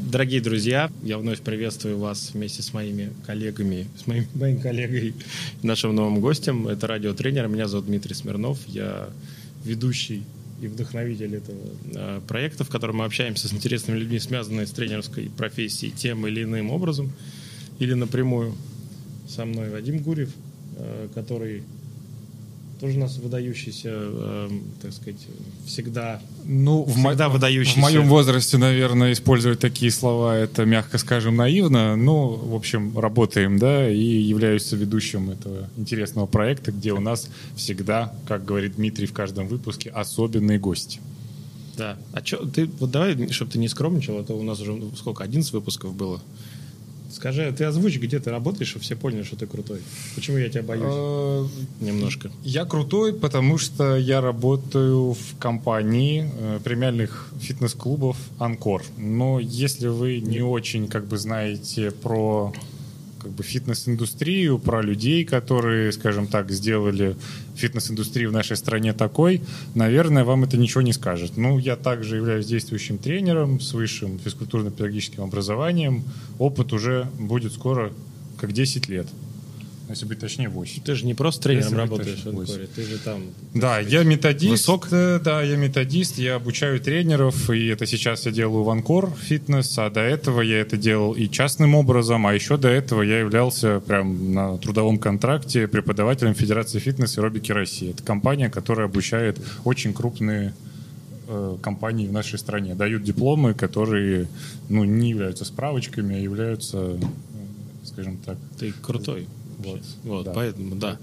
Дорогие друзья, я вновь приветствую вас вместе с моими коллегами, с моим коллегой, нашим новым гостем. Это радиотренер. Меня зовут Дмитрий Смирнов. Я ведущий и вдохновитель этого проекта, в котором мы общаемся с интересными людьми, связанными с тренерской профессией тем или иным образом, или напрямую. Со мной Вадим Гурьев, который тоже у нас выдающийся, так сказать, всегда выдающийся. В моем возрасте, наверное, использовать такие слова, это, мягко скажем, наивно. Ну, в общем, работаем, да, и являюсь ведущим этого интересного проекта, где у нас всегда, как говорит Дмитрий в каждом выпуске, особенные гости. Да. А что, давай, чтобы ты не скромничал, а то у нас уже, 11 выпусков было. Скажи, ты озвучь, где ты работаешь, чтобы все поняли, что ты крутой. Почему я тебя боюсь? Немножко. Я крутой, потому что я работаю в компании премиальных фитнес-клубов «Анкор». Но если вы не очень знаете про фитнес-индустрию, про людей, которые, скажем так, сделали фитнес-индустрию в нашей стране такой, наверное, вам это ничего не скажет. Ну, я также являюсь действующим тренером с высшим физкультурно-педагогическим образованием. Опыт уже будет скоро как 10 лет. Если быть точнее, 8. Ты же не просто тренером работаешь в Анкоре, ты же там... Да, я методист. Высок? Да, я методист, я обучаю тренеров, и это сейчас я делаю в Анкор фитнес, а до этого я это делал и частным образом, а еще до этого я являлся прям на трудовом контракте преподавателем Федерации фитнес и аэробики России. Это компания, которая обучает очень крупные компании в нашей стране. Дают дипломы, которые не являются справочками, а являются, скажем так... Ты крутой. Вот, да. Поэтому, да.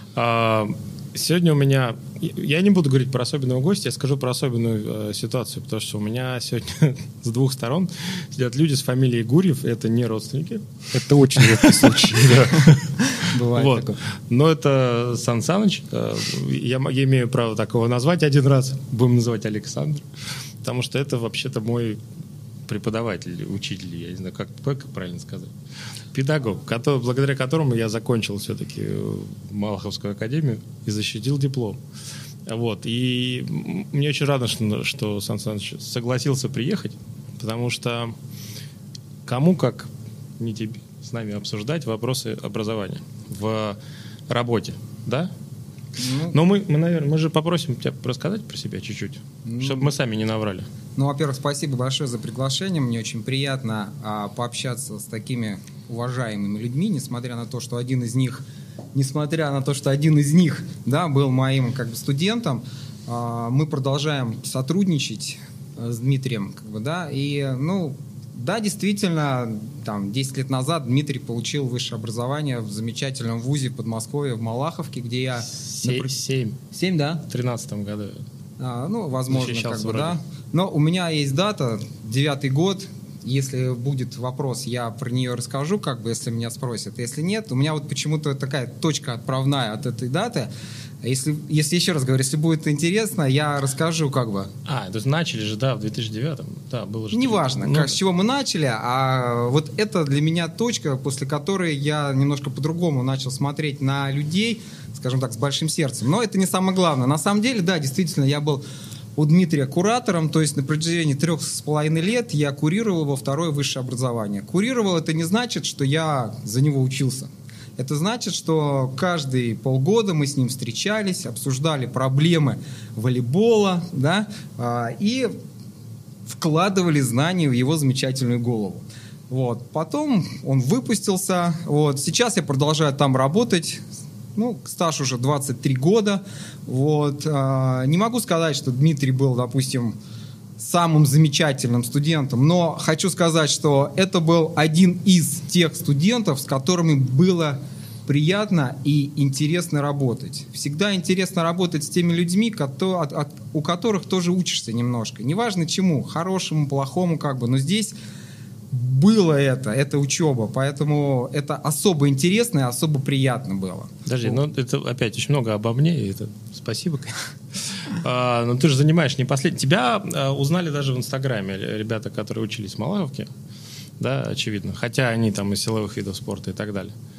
Сегодня у меня... Я не буду говорить про особенного гостя, я скажу про особенную ситуацию, потому что у меня сегодня с двух сторон сидят люди с фамилией Гурьев, это не родственники. Это очень редкий случай. Бывает такое. Но это Сан Саныч. Я имею право такого назвать один раз. Будем называть Александр. Потому что это вообще-то мой преподаватель, учитель, я не знаю, как правильно сказать. Педагог, благодаря которому я закончил все-таки Малаховскую академию и защитил диплом. Вот. И мне очень рада, что Сан Саныч согласился приехать, потому что кому, как не тебе, с нами обсуждать вопросы образования в работе, да? Но мы, наверное, мы же попросим тебя рассказать про себя чуть-чуть, чтобы мы сами не наврали. Во-первых, спасибо большое за приглашение. Мне очень приятно пообщаться с такими уважаемыми людьми, несмотря на то, что один из них, был моим студентом. Мы продолжаем сотрудничать с Дмитрием, действительно, 10 лет назад Дмитрий получил высшее образование в замечательном вузе в Подмосковье, в Малаховке, где я... 7, да? В 13-м году. Возможно, да. Но у меня есть дата, 9-й год. Если будет вопрос, я про нее расскажу, если меня спросят. Если нет, у меня почему-то такая точка отправная от этой даты. Если еще раз говорю, если будет интересно, я расскажу то есть начали же, в 2009-м. Да, было же... Неважно, с чего мы начали, а вот это для меня точка, после которой я немножко по-другому начал смотреть на людей, скажем так, с большим сердцем. Но это не самое главное. На самом деле, да, действительно, я был у Дмитрия куратором, то есть на протяжении 3,5 лет я курировал его второе высшее образование. Курировал — это не значит, что я за него учился. Это значит, что каждые полгода мы с ним встречались, обсуждали проблемы волейбола, и вкладывали знания в его замечательную голову. Потом он выпустился. Сейчас я продолжаю там работать. Стаж уже 23 года. Не могу сказать, что Дмитрий был, допустим, самым замечательным студентом, но хочу сказать, что это был один из тех студентов, с которыми было приятно и интересно работать. Всегда интересно работать с теми людьми, у которых тоже учишься немножко. Неважно чему, хорошему, плохому, но здесь было это учеба, поэтому это особо интересно и особо приятно было. Подожди, это опять очень много обо мне, и это спасибо. Но ты же занимаешь не последний. Тебя узнали даже в Инстаграме ребята, которые учились в Малаховке, да, очевидно, хотя они там из силовых видов спорта и так далее.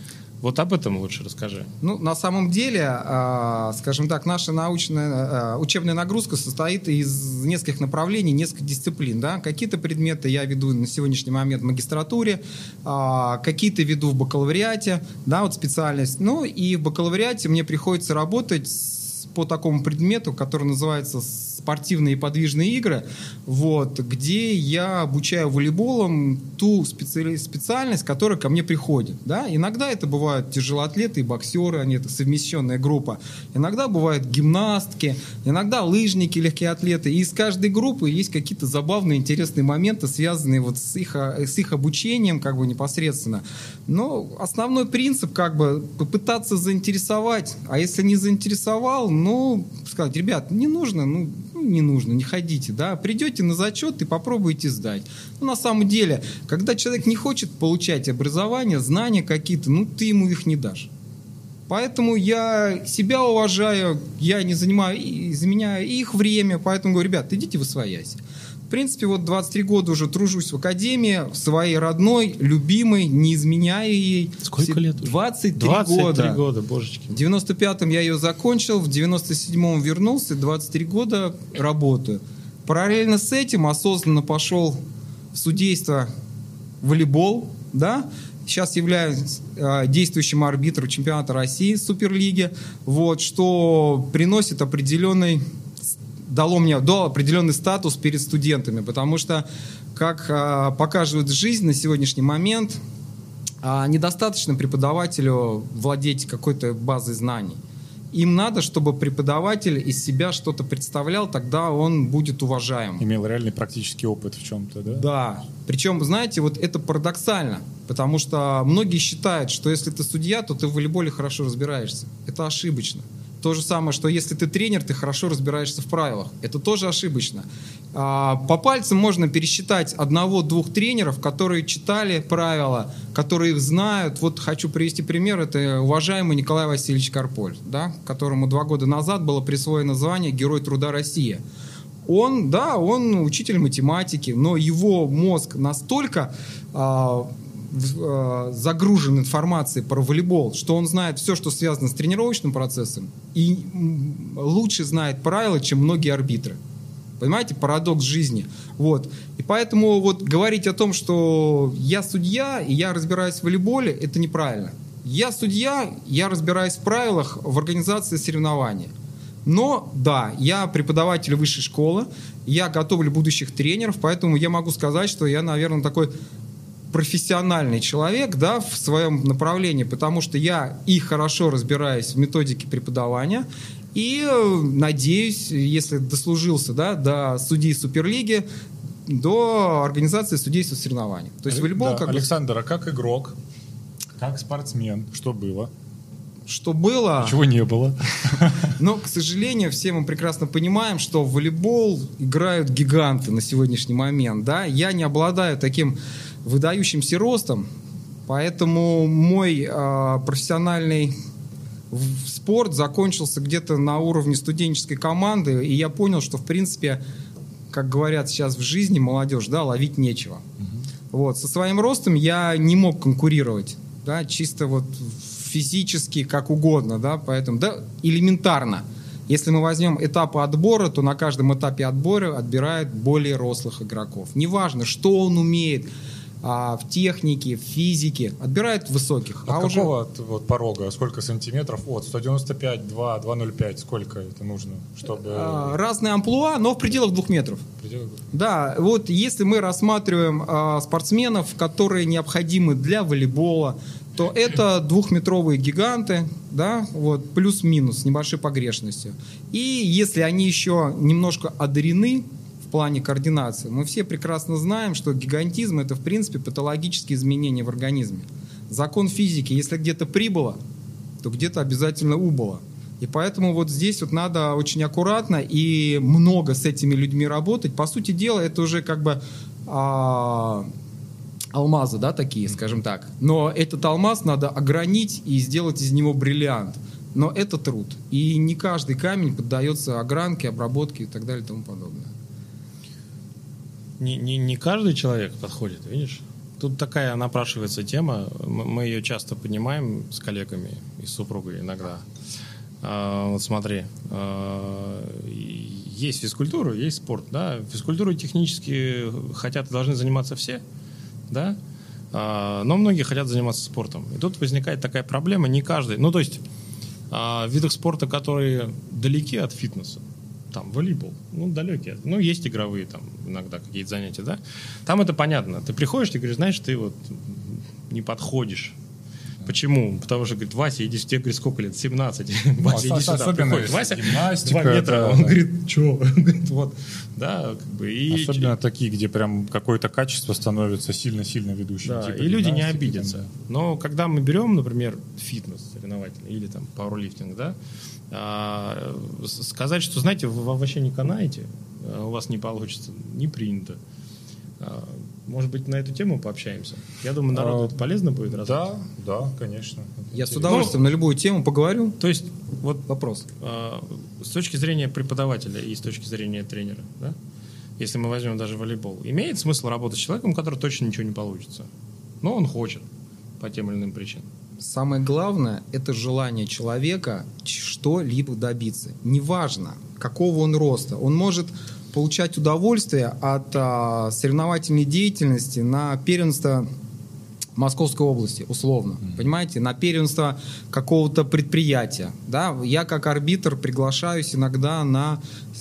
Вот об этом лучше расскажи. Ну, на самом деле, скажем так, наша научная учебная нагрузка состоит из нескольких направлений, нескольких дисциплин. Да? Какие-то предметы я веду на сегодняшний момент в магистратуре, какие-то веду в бакалавриате, да, вот специальность. Ну, и в бакалавриате мне приходится работать по такому предмету, который называется спортивные и подвижные игры, вот, где я обучаю волейболом ту специальность, которая ко мне приходит. Да? Иногда это бывают тяжелоатлеты и боксеры, они это совмещенная группа. Иногда бывают гимнастки, иногда лыжники, легкие атлеты. И из каждой группы есть какие-то забавные, интересные моменты, связанные вот с их обучением как бы непосредственно. Но основной принцип как бы попытаться заинтересовать, а если не заинтересовал, ну, сказать, ребят, не нужно, не нужно, не ходите, да, придете на зачет и попробуйте сдать. Ну, на самом деле, когда человек не хочет получать образование, знания какие-то, ну, ты ему их не дашь. Поэтому я себя уважаю, я не заменяю их время, поэтому говорю, ребят, идите в освоясь. В принципе, вот 23 года уже тружусь в академии, в своей родной, любимой, не изменяя ей. Сколько лет? 23 года. 23 года, божечки. В 95-м я ее закончил, в 97-м вернулся, 23 года работаю. Параллельно с этим осознанно пошел в судейство в волейбол, да. Сейчас являюсь действующим арбитром чемпионата России Суперлиги, вот, что приносит дало мне определенный статус перед студентами, потому что, как показывает жизнь на сегодняшний момент, недостаточно преподавателю владеть какой-то базой знаний. Им надо, чтобы преподаватель из себя что-то представлял, тогда он будет уважаем. Имел реальный практический опыт в чем-то, да? Да. Причем, знаете, вот это парадоксально, потому что многие считают, что если ты судья, то ты в волейболе хорошо разбираешься. Это ошибочно. То же самое, что если ты тренер, ты хорошо разбираешься в правилах. Это тоже ошибочно. По пальцам можно пересчитать 1-2 тренеров, которые читали правила, которые их знают. Вот хочу привести пример. Это уважаемый Николай Васильевич Карполь, да, которому 2 года назад было присвоено звание Герой труда России. Он учитель математики, но его мозг настолько загружен информацией про волейбол, что он знает все, что связано с тренировочным процессом, и лучше знает правила, чем многие арбитры. Понимаете, парадокс жизни. Вот. И поэтому вот говорить о том, что я судья, и я разбираюсь в волейболе, это неправильно. Я судья, я разбираюсь в правилах в организации соревнований. Но, да, я преподаватель высшей школы, я готовлю будущих тренеров, поэтому я могу сказать, что я, наверное, такой профессиональный человек, да, в своем направлении, потому что я и хорошо разбираюсь в методике преподавания, и надеюсь, если дослужился, да, до судей Суперлиги, до организации судейства соревнований. То есть волейбол как Александр, а как игрок, как спортсмен, что было? Что было? Чего не было. Но, к сожалению, все мы прекрасно понимаем, что в волейбол играют гиганты на сегодняшний момент. Да? Я не обладаю таким выдающимся ростом, поэтому мой профессиональный спорт закончился где-то на уровне студенческой команды, и я понял, что, в принципе, как говорят сейчас в жизни молодежь, да, ловить нечего. Вот. Со своим ростом я не мог конкурировать, да, чисто вот физически, как угодно, да, поэтому, да, элементарно. Если мы возьмем этапы отбора, то на каждом этапе отбора отбирают более рослых игроков. Неважно, что он умеет в технике, в физике, отбирают высоких. От какого вот порога? Сколько сантиметров? От 195, 2, 2,05. Сколько это нужно, чтобы... Разные амплуа, но в пределах 2 метров. Да, вот если мы рассматриваем спортсменов, которые необходимы для волейбола, то это 2-метровые гиганты, да, вот, плюс-минус, с небольшой погрешностью. И если они еще немножко одарены в плане координации, мы все прекрасно знаем, что гигантизм – это, в принципе, патологические изменения в организме. Закон физики, если где-то прибыло, то где-то обязательно убыло. И поэтому вот здесь вот надо очень аккуратно и много с этими людьми работать. По сути дела, это уже как бы... алмазы, да, такие, скажем так. Но этот алмаз надо огранить и сделать из него бриллиант. Но это труд. И не каждый камень поддается огранке, обработке и так далее и тому подобное. Не каждый человек подходит, видишь? Тут такая напрашивается тема, мы ее часто поднимаем с коллегами и с супругой иногда. Вот смотри, есть физкультура, есть спорт, да, физкультурой технически хотят и должны заниматься все, да, но многие хотят заниматься спортом. И тут возникает такая проблема, не каждый, ну то есть в видах спорта, которые далеки от фитнеса, там, волейбол, ну, далекие. Ну, есть игровые там иногда какие-то занятия, да. Там это понятно. Ты приходишь, ты говоришь, знаешь, ты вот не подходишь. Почему? Потому что, говорит, Вася, иди, тебе, говорит, сколько лет? 17. Вася, иди сюда. Приходит Вася, 2 метра. Он говорит, что? Вот, да, как бы. И особенно такие, где прям какое-то качество становится сильно-сильно ведущим. Да, и люди не обидятся. Но когда мы берем, например, фитнес соревновательный или там пауэрлифтинг, да, сказать, что, знаете, вы вообще не канаете, у вас не получится, не принято. Может быть, на эту тему пообщаемся? Я думаю, народу это полезно будет. Да, конечно. Я с удовольствием на любую тему поговорю. То есть, вот вопрос. С точки зрения преподавателя и с точки зрения тренера, да, если мы возьмем даже волейбол, имеет смысл работать с человеком, у которого точно ничего не получится, но он хочет по тем или иным причинам? Самое главное – это желание человека что-либо добиться. Неважно, какого он роста. Он может получать удовольствие от соревновательной деятельности на первенство Московской области, условно. Понимаете? На первенство какого-то предприятия. Да? Я как арбитр приглашаюсь иногда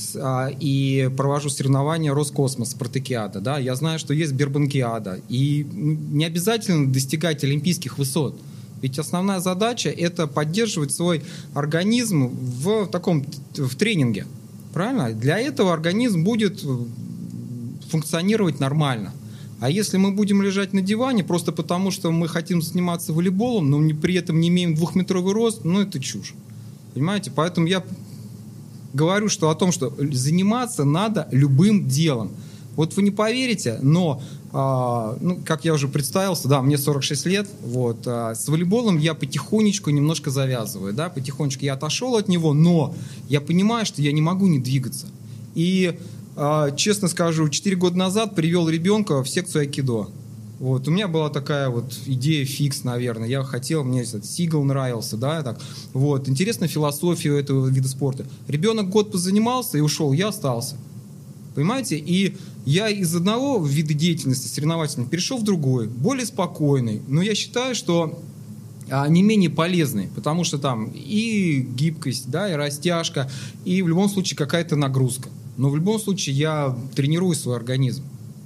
и провожу соревнования Роскосмос, Спартакиада. Да? Я знаю, что есть Бербанкиада. И не обязательно достигать олимпийских высот. Ведь основная задача – это поддерживать свой организм в тренинге. Правильно? Для этого организм будет функционировать нормально. А если мы будем лежать на диване просто потому, что мы хотим заниматься волейболом, но при этом не имеем 2-метровый рост, это чушь. Понимаете? Поэтому я говорю о том, что заниматься надо любым делом. Вот вы не поверите, но, как я уже представился, да, мне 46 лет, с волейболом я потихонечку немножко завязываю, да, потихонечку я отошел от него, но я понимаю, что я не могу не двигаться. И, честно скажу, 4 года назад привел ребенка в секцию айкидо. У меня была такая идея фикс, наверное. Я хотел, мне этот сигл нравился, да, так. Интересна философия этого вида спорта. Ребенок год позанимался и ушел, я остался. Понимаете? И я из одного вида деятельности соревновательного перешел в другой, более спокойный. Но я считаю, что не менее полезный, потому что там и гибкость, да, и растяжка, и в любом случае какая-то нагрузка. Но в любом случае я тренирую свой организм.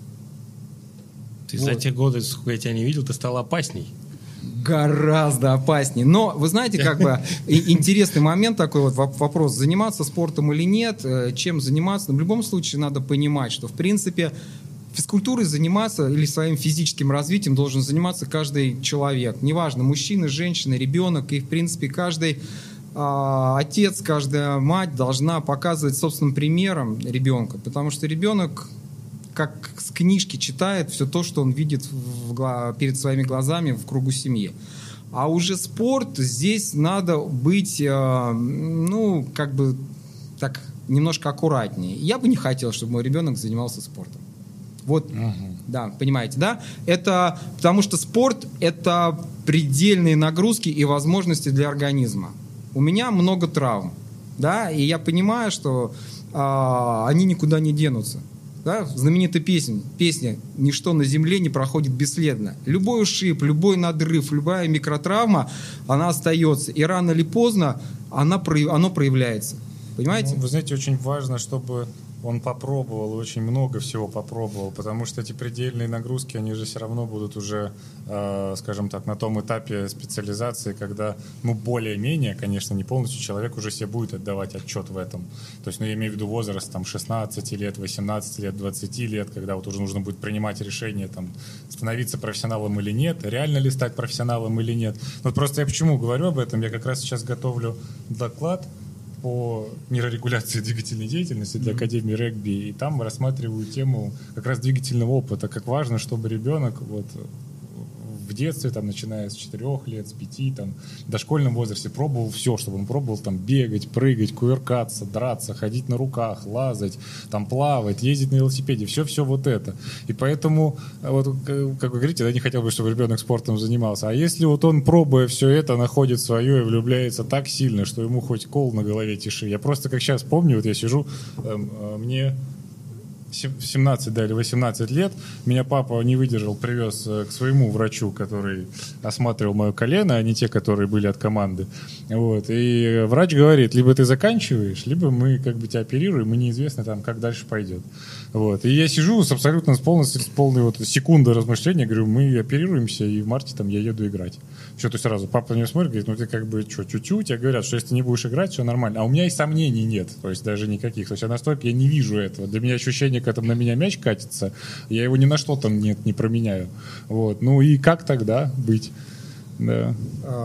Ты за те годы, сколько я тебя не видел, ты стал опасней. Гораздо опаснее. Но, вы знаете, интересный момент такой вопрос, заниматься спортом или нет, чем заниматься. Но в любом случае надо понимать, что, в принципе, физкультурой заниматься или своим физическим развитием должен заниматься каждый человек. Неважно, мужчина, женщина, ребенок. И, в принципе, каждый отец, каждая мать должна показывать собственным примером ребенка. Потому что ребенок, как с книжки, читает все то, что он видит перед своими глазами в кругу семьи. А уже спорт, здесь надо быть, немножко аккуратнее. Я бы не хотел, чтобы мой ребенок занимался спортом. Да, понимаете, да? Это потому что спорт – это предельные нагрузки и возможности для организма. У меня много травм, да, и я понимаю, что они никуда не денутся. Да, знаменитая песня «Ничто на земле не проходит бесследно». Любой ушиб, любой надрыв, любая микротравма, она остается. И рано или поздно оно проявляется. Понимаете? Вы знаете, очень важно, чтобы он попробовал, очень много всего попробовал, потому что эти предельные нагрузки, они же все равно будут уже, скажем так, на том этапе специализации, когда, более-менее, конечно, не полностью, человек уже себе будет отдавать отчет в этом. То есть, я имею в виду возраст 16 лет, 18 лет, 20 лет, когда уже нужно будет принимать решение, становиться профессионалом или нет, реально ли стать профессионалом или нет. Просто я почему говорю об этом? Я как раз сейчас готовлю доклад по нейрорегуляции двигательной деятельности для Академии регби, и там рассматриваю тему как раз двигательного опыта, как важно, чтобы ребенок в детстве, там, начиная с 4 лет, с 5, там, в дошкольном возрасте пробовал все, чтобы он пробовал там бегать, прыгать, кувыркаться, драться, ходить на руках, лазать, там, плавать, ездить на велосипеде, все вот это. И поэтому, вот, как вы говорите, я не хотел бы, чтобы ребенок спортом занимался. А если вот он, пробуя все это, находит свое и влюбляется так сильно, что ему хоть кол на голове тиши. Я просто, как сейчас помню, вот я сижу, мне 17, да, или 18 лет, меня папа не выдержал, привез к своему врачу, который осматривал мое колено, а не те, которые были от команды. Вот. И врач говорит, либо ты заканчиваешь, либо мы как бы тебя оперируем, и неизвестно там, как дальше пойдет. Вот. И я сижу с полной вот секунды размышления, говорю, мы оперируемся, и в марте там я еду играть. Все, то сразу папа на меня смотрит, говорит, ну ты как бы что, чуть-чуть, тебе говорят, что если ты не будешь играть, все нормально. А у меня и сомнений нет, то есть даже никаких. То есть я настолько, я не вижу этого. Для меня ощущение, когда там на меня мяч катится, я его ни на что там не променяю. Вот. Ну и как тогда быть? Да.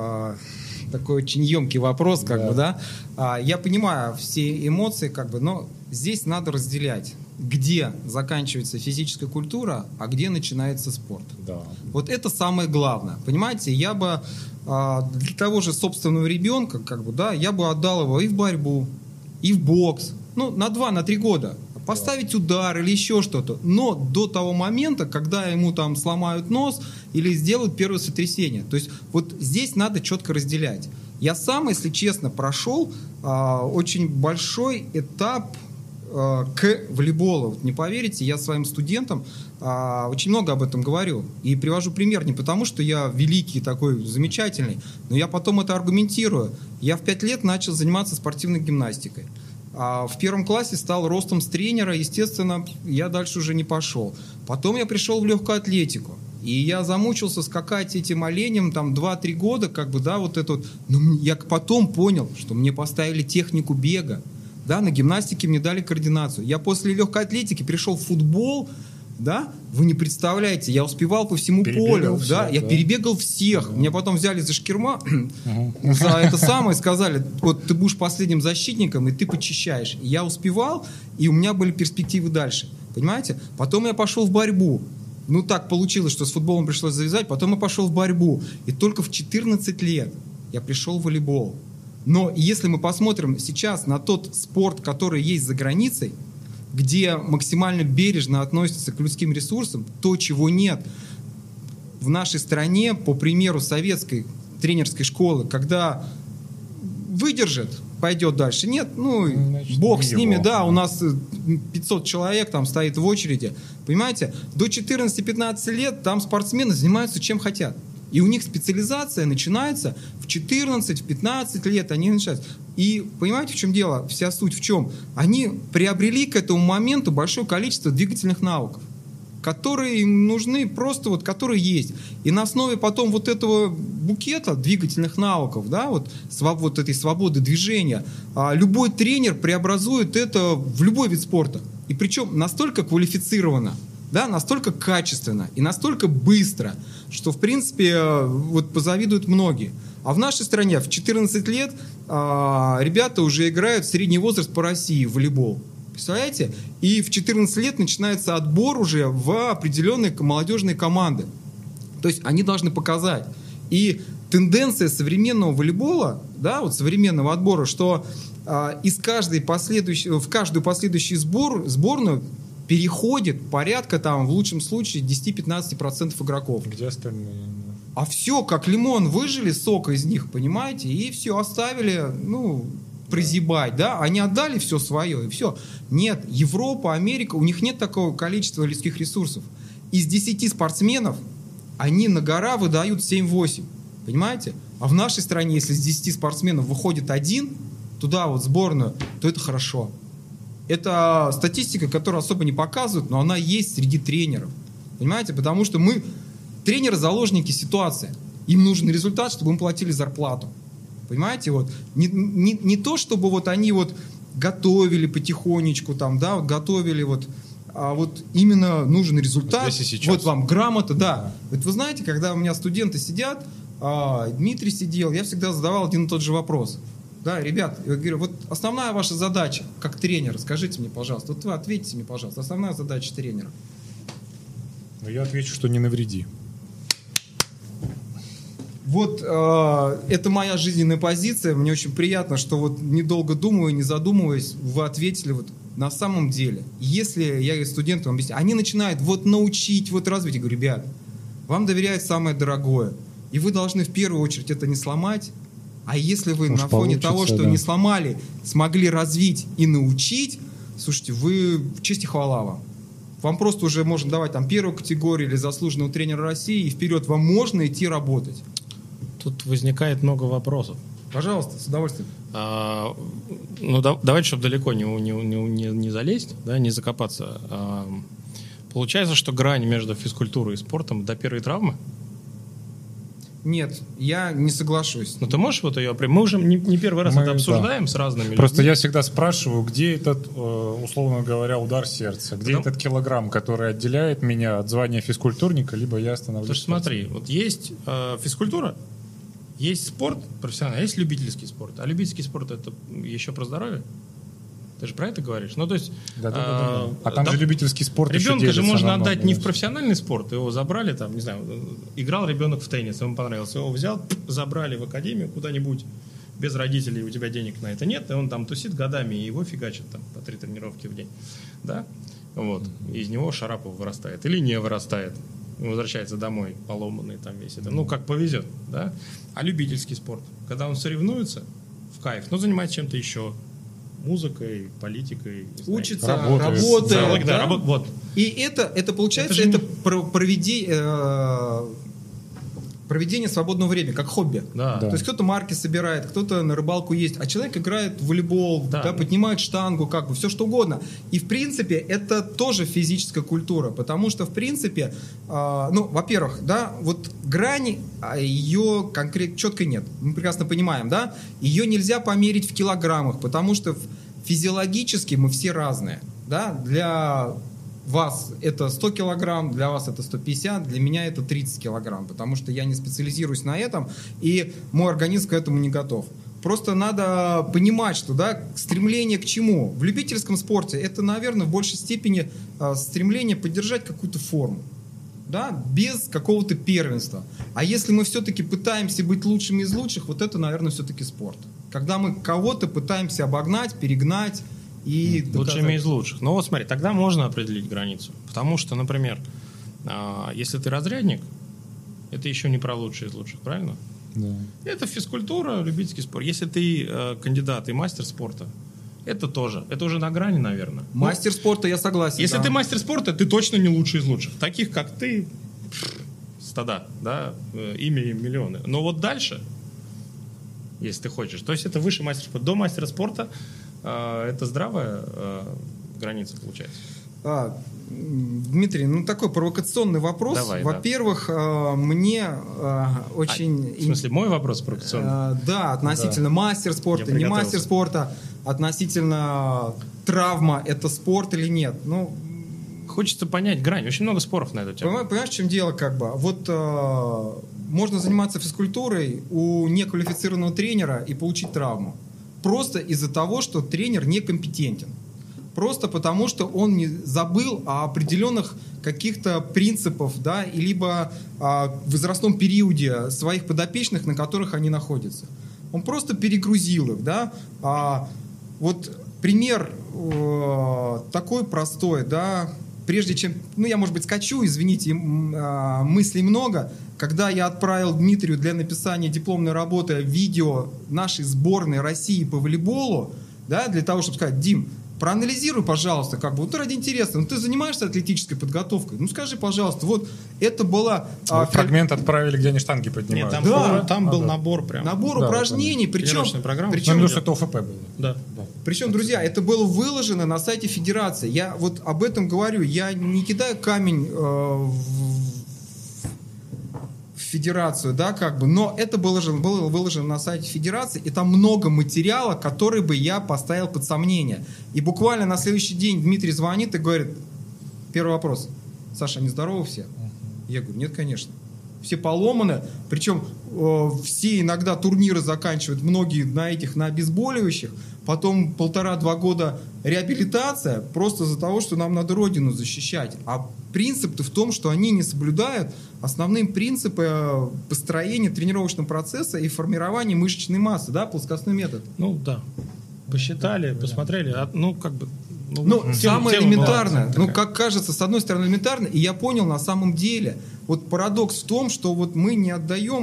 Такой очень емкий вопрос, как бы, да. Я понимаю все эмоции, как бы, но здесь надо разделять, где заканчивается физическая культура, а где начинается спорт. Да. Вот это самое главное. Понимаете, я бы для того же собственного ребенка, как бы, да, я бы отдал его и в борьбу, и в бокс, ну, на 2-3 года. Поставить удар или еще что-то. Но до того момента, когда ему там сломают нос или сделают первое сотрясение. То есть вот здесь надо четко разделять. Я сам, если честно, прошел очень большой этап к волейболу. Вот не поверите, я своим студентам очень много об этом говорю. И привожу пример не потому, что я великий такой, замечательный, но я потом это аргументирую. Я в 5 лет начал заниматься спортивной гимнастикой. В 1 классе стал ростом с тренера, естественно, я дальше уже не пошел. Потом я пришел в легкую атлетику. И я замучился скакать этим оленем там 2-3 года, как бы, да, вот это вот. Но я потом понял, что мне поставили технику бега, да, на гимнастике мне дали координацию. Я после легкой атлетики перешел в футбол, да, вы не представляете, я успевал по всему полю, всех, да, я перебегал всех. Меня потом взяли за шкирма, за это самое, сказали, вот ты будешь последним защитником, и ты почищаешь. И я успевал, и у меня были перспективы дальше, понимаете? Потом я пошел в борьбу. Ну, так получилось, что с футболом пришлось завязать, потом я пошел в борьбу. И только в 14 лет я пришел в волейбол. Но если мы посмотрим сейчас на тот спорт, который есть за границей, где максимально бережно относятся к людским ресурсам, то, чего нет в нашей стране, по примеру советской тренерской школы, когда выдержит, пойдет дальше. Нет, ну, значит, бог с ними, да, у нас 500 человек там стоит в очереди. Понимаете, до 14-15 лет там спортсмены занимаются чем хотят. И у них специализация начинается в 14-15 лет, они начинают. И понимаете, в чем дело? Вся суть в чем? Они приобрели к этому моменту большое количество двигательных навыков, которые им нужны, просто вот, которые есть. И на основе потом вот этого букета двигательных навыков, да, вот этой свободы движения, любой тренер преобразует это в любой вид спорта. И причем настолько квалифицированно, да, настолько качественно и настолько быстро, что, в принципе, вот позавидуют многие. А в нашей стране в 14 лет ребята уже играют в средний возраст по России в волейбол. Представляете? И в 14 лет начинается отбор уже в определенные молодежные команды. То есть они должны показать. И тенденция современного волейбола, да, вот современного отбора, что в каждую последующую сборную переходит порядка, там, в лучшем случае, 10-15% игроков. Где остальные? А все, как лимон, выжили сок из них, понимаете, и все, оставили, ну, прозябать, да, они отдали все свое, и все. Нет, Европа, Америка, у них нет такого количества людских ресурсов. Из 10 спортсменов они на гора выдают 7-8, понимаете? А в нашей стране, если с 10 спортсменов выходит один, туда вот сборную, то это хорошо. Это статистика, которую особо не показывают, но она есть среди тренеров. Понимаете? Потому что мы, тренеры, заложники ситуации. Им нужен результат, чтобы им платили зарплату. Понимаете? Вот. Не то, чтобы вот они вот готовили потихонечку, там, да, вот готовили, вот, а вот именно нужен результат. Вот вам грамота, да. Вот вы знаете, когда у меня студенты сидят, Дмитрий сидел, я всегда задавал один и тот же вопрос. Да, ребят, я говорю, вот основная ваша задача, как тренер, скажите мне, пожалуйста, вот вы ответьте мне, пожалуйста, основная задача тренера. Ну, я отвечу, что не навреди. Вот это моя жизненная позиция. Мне очень приятно, что вот недолго думаю, не задумываясь, вы ответили вот на самом деле. Если я студентам объясняю, они начинают вот научить, вот развить. Я говорю, ребят, вам доверяют самое дорогое. И вы должны в первую очередь это не сломать. А если вы на фоне того, что не сломали, смогли развить и научить, слушайте, вы честь и хвала вам. Вам просто уже можно давать там первую категорию или заслуженного тренера России, и вперед вам можно идти работать. Тут возникает много вопросов. Пожалуйста, с удовольствием. Давайте, чтобы далеко не залезть, да, не закопаться. Получается, что грань между физкультурой и спортом до первой травмы? Нет, я не соглашусь. Но ты можешь вот ее... Мы уже не первый раз это обсуждаем с разными людьми. Просто я всегда спрашиваю, где этот, условно говоря, удар сердца, где этот килограмм, который отделяет меня от звания физкультурника, либо я становлюсь... Потому что смотри, вот есть физкультура, есть спорт профессиональный, а есть любительский спорт. А любительский спорт — это еще про здоровье? Ты же про это говоришь? Ну, то есть... Да. А там же любительский спорт еще делится. Ребенка же можно отдать не в профессиональный спорт. Его забрали, там, не знаю, играл ребенок в теннис, ему понравился. Его взял, забрали в академию куда-нибудь, без родителей, у тебя денег на это нет, и он там тусит годами, и его фигачат там по 3 тренировки в день. Да? Вот. И из него Шарапов вырастает. Или не вырастает. Возвращается домой, поломанный там весь это. Ну, как повезет, да? А любительский спорт, когда он соревнуется в кайф, но занимается чем-то еще, музыкой, политикой, учится, работает. Да? Вот. И это получается, это проведение свободного времени, как хобби. Да. То есть кто-то марки собирает, кто-то на рыбалку ездит, а человек играет в волейбол, поднимает штангу, как бы все что угодно. И в принципе это тоже физическая культура, потому что в принципе, во-первых, да, вот грани ее конкретно четко нет. Мы прекрасно понимаем, да, ее нельзя померить в килограммах, потому что физиологически мы все разные, да, для вас это 100 килограмм, для вас это 150, для меня это 30 килограмм, потому что я не специализируюсь на этом, и мой организм к этому не готов. Просто надо понимать, что да, стремление к чему? В любительском спорте это, наверное, в большей степени стремление поддержать какую-то форму, да, без какого-то первенства. А если мы все-таки пытаемся быть лучшими из лучших, вот это, наверное, все-таки спорт. Когда мы кого-то пытаемся обогнать, перегнать, и лучшими из лучших. Но вот смотри, тогда можно определить границу. Потому что, например, если ты разрядник, это еще не про лучшие из лучших, правильно? Да. Это физкультура, любительский спорт. Если ты кандидат и мастер спорта, это тоже. Это уже на грани, наверное. Мастер спорта, я согласен. Если ты мастер спорта, ты точно не лучший из лучших. Таких, как ты, стада, да, ими миллионы. Но вот дальше, если ты хочешь, то есть это выше мастера спорта. До мастера спорта это здравая граница получается? Дмитрий, такой провокационный вопрос. Давай, во-первых, мне очень... В смысле, мой вопрос провокационный? Да, относительно мастер спорта, не мастер спорта, относительно травма, это спорт или нет. Хочется понять грань. Очень много споров на эту тему. Понимаешь, в чем дело? Вот можно заниматься физкультурой у неквалифицированного тренера и получить травму. Просто из-за того, что тренер некомпетентен. Просто потому, что он не забыл о определенных каких-то принципах, да, либо в возрастном периоде своих подопечных, на которых они находятся. Он просто перегрузил их. Да. Вот пример такой простой, да, прежде чем, я, может быть, скачу, извините, мыслей много. Когда я отправил Дмитрию для написания дипломной работы видео нашей сборной России по волейболу, да, для того, чтобы сказать: Дим, проанализируй, пожалуйста, ради интереса. Ты занимаешься атлетической подготовкой? Скажи, пожалуйста, вот это было... фрагмент отправили, где они штанги поднимают. Нет, там был набор прям. Набор упражнений, причем это ОФП было. Да. Причем, друзья, это было выложено на сайте Федерации. Я вот об этом говорю. Я не кидаю камень в Федерацию, да, но это было выложено на сайте Федерации, и там много материала, который бы я поставил под сомнение. И буквально на следующий день Дмитрий звонит и говорит: первый вопрос: Саша, они здоровы все? Я говорю: нет, конечно. все поломаны, причем все иногда турниры заканчивают, многие на обезболивающих, потом 1,5-2 года реабилитация, просто из-за того, что нам надо родину защищать. А принцип-то в том, что они не соблюдают основные принципы построения тренировочного процесса и формирования мышечной массы, да, плоскостной метод. Ну да, посчитали, посмотрели, самое элементарное, как кажется, с одной стороны элементарно, и я понял на самом деле, вот парадокс в том, что вот мы не отдаем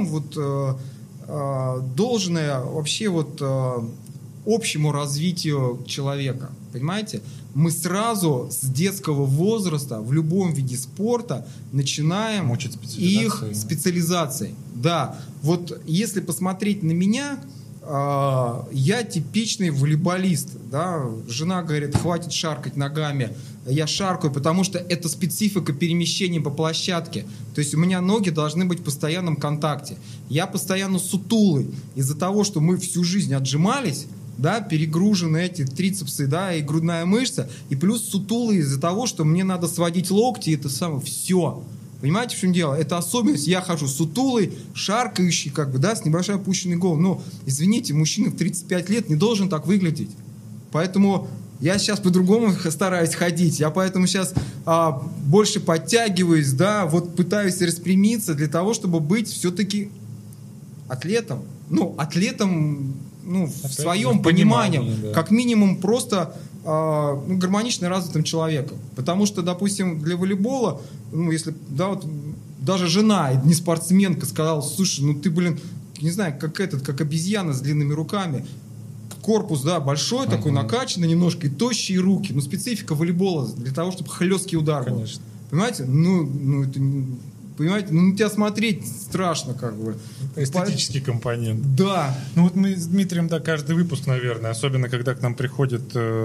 должное вообще общему развитию человека, понимаете? Мы сразу с детского возраста в любом виде спорта начинаем их специализацией. Да, вот если посмотреть на меня, я типичный волейболист, да? Жена говорит, хватит шаркать ногами, я шаркаю, потому что это специфика перемещения по площадке, то есть у меня ноги должны быть в постоянном контакте, я постоянно сутулый, из-за того, что мы всю жизнь отжимались, да, перегружены эти трицепсы, да, и грудная мышца, и плюс сутулый из-за того, что мне надо сводить локти, это самое, все. Понимаете, в чем дело? Это особенность. Я хожу сутулый, шаркающий, с небольшой опущенной головой. Но, извините, мужчина в 35 лет не должен так выглядеть. Поэтому я сейчас по-другому стараюсь ходить. Я поэтому сейчас больше подтягиваюсь, да, пытаюсь распрямиться для того, чтобы быть все-таки атлетом. Атлетом, в своем понимании, да. Как минимум просто гармонично развитым человеком. Потому что, допустим, для волейбола, если, даже жена, не спортсменка, сказала, слушай, ты, не знаю, как обезьяна с длинными руками. Корпус, да, большой, такой накачанный немножко, и тощие руки. Специфика волейбола для того, чтобы хлесткий удар был. Конечно. Понимаете? Понимаете, на тебя смотреть страшно, Эстетический компонент. Да. Мы с Дмитрием, каждый выпуск, наверное, особенно когда к нам приходят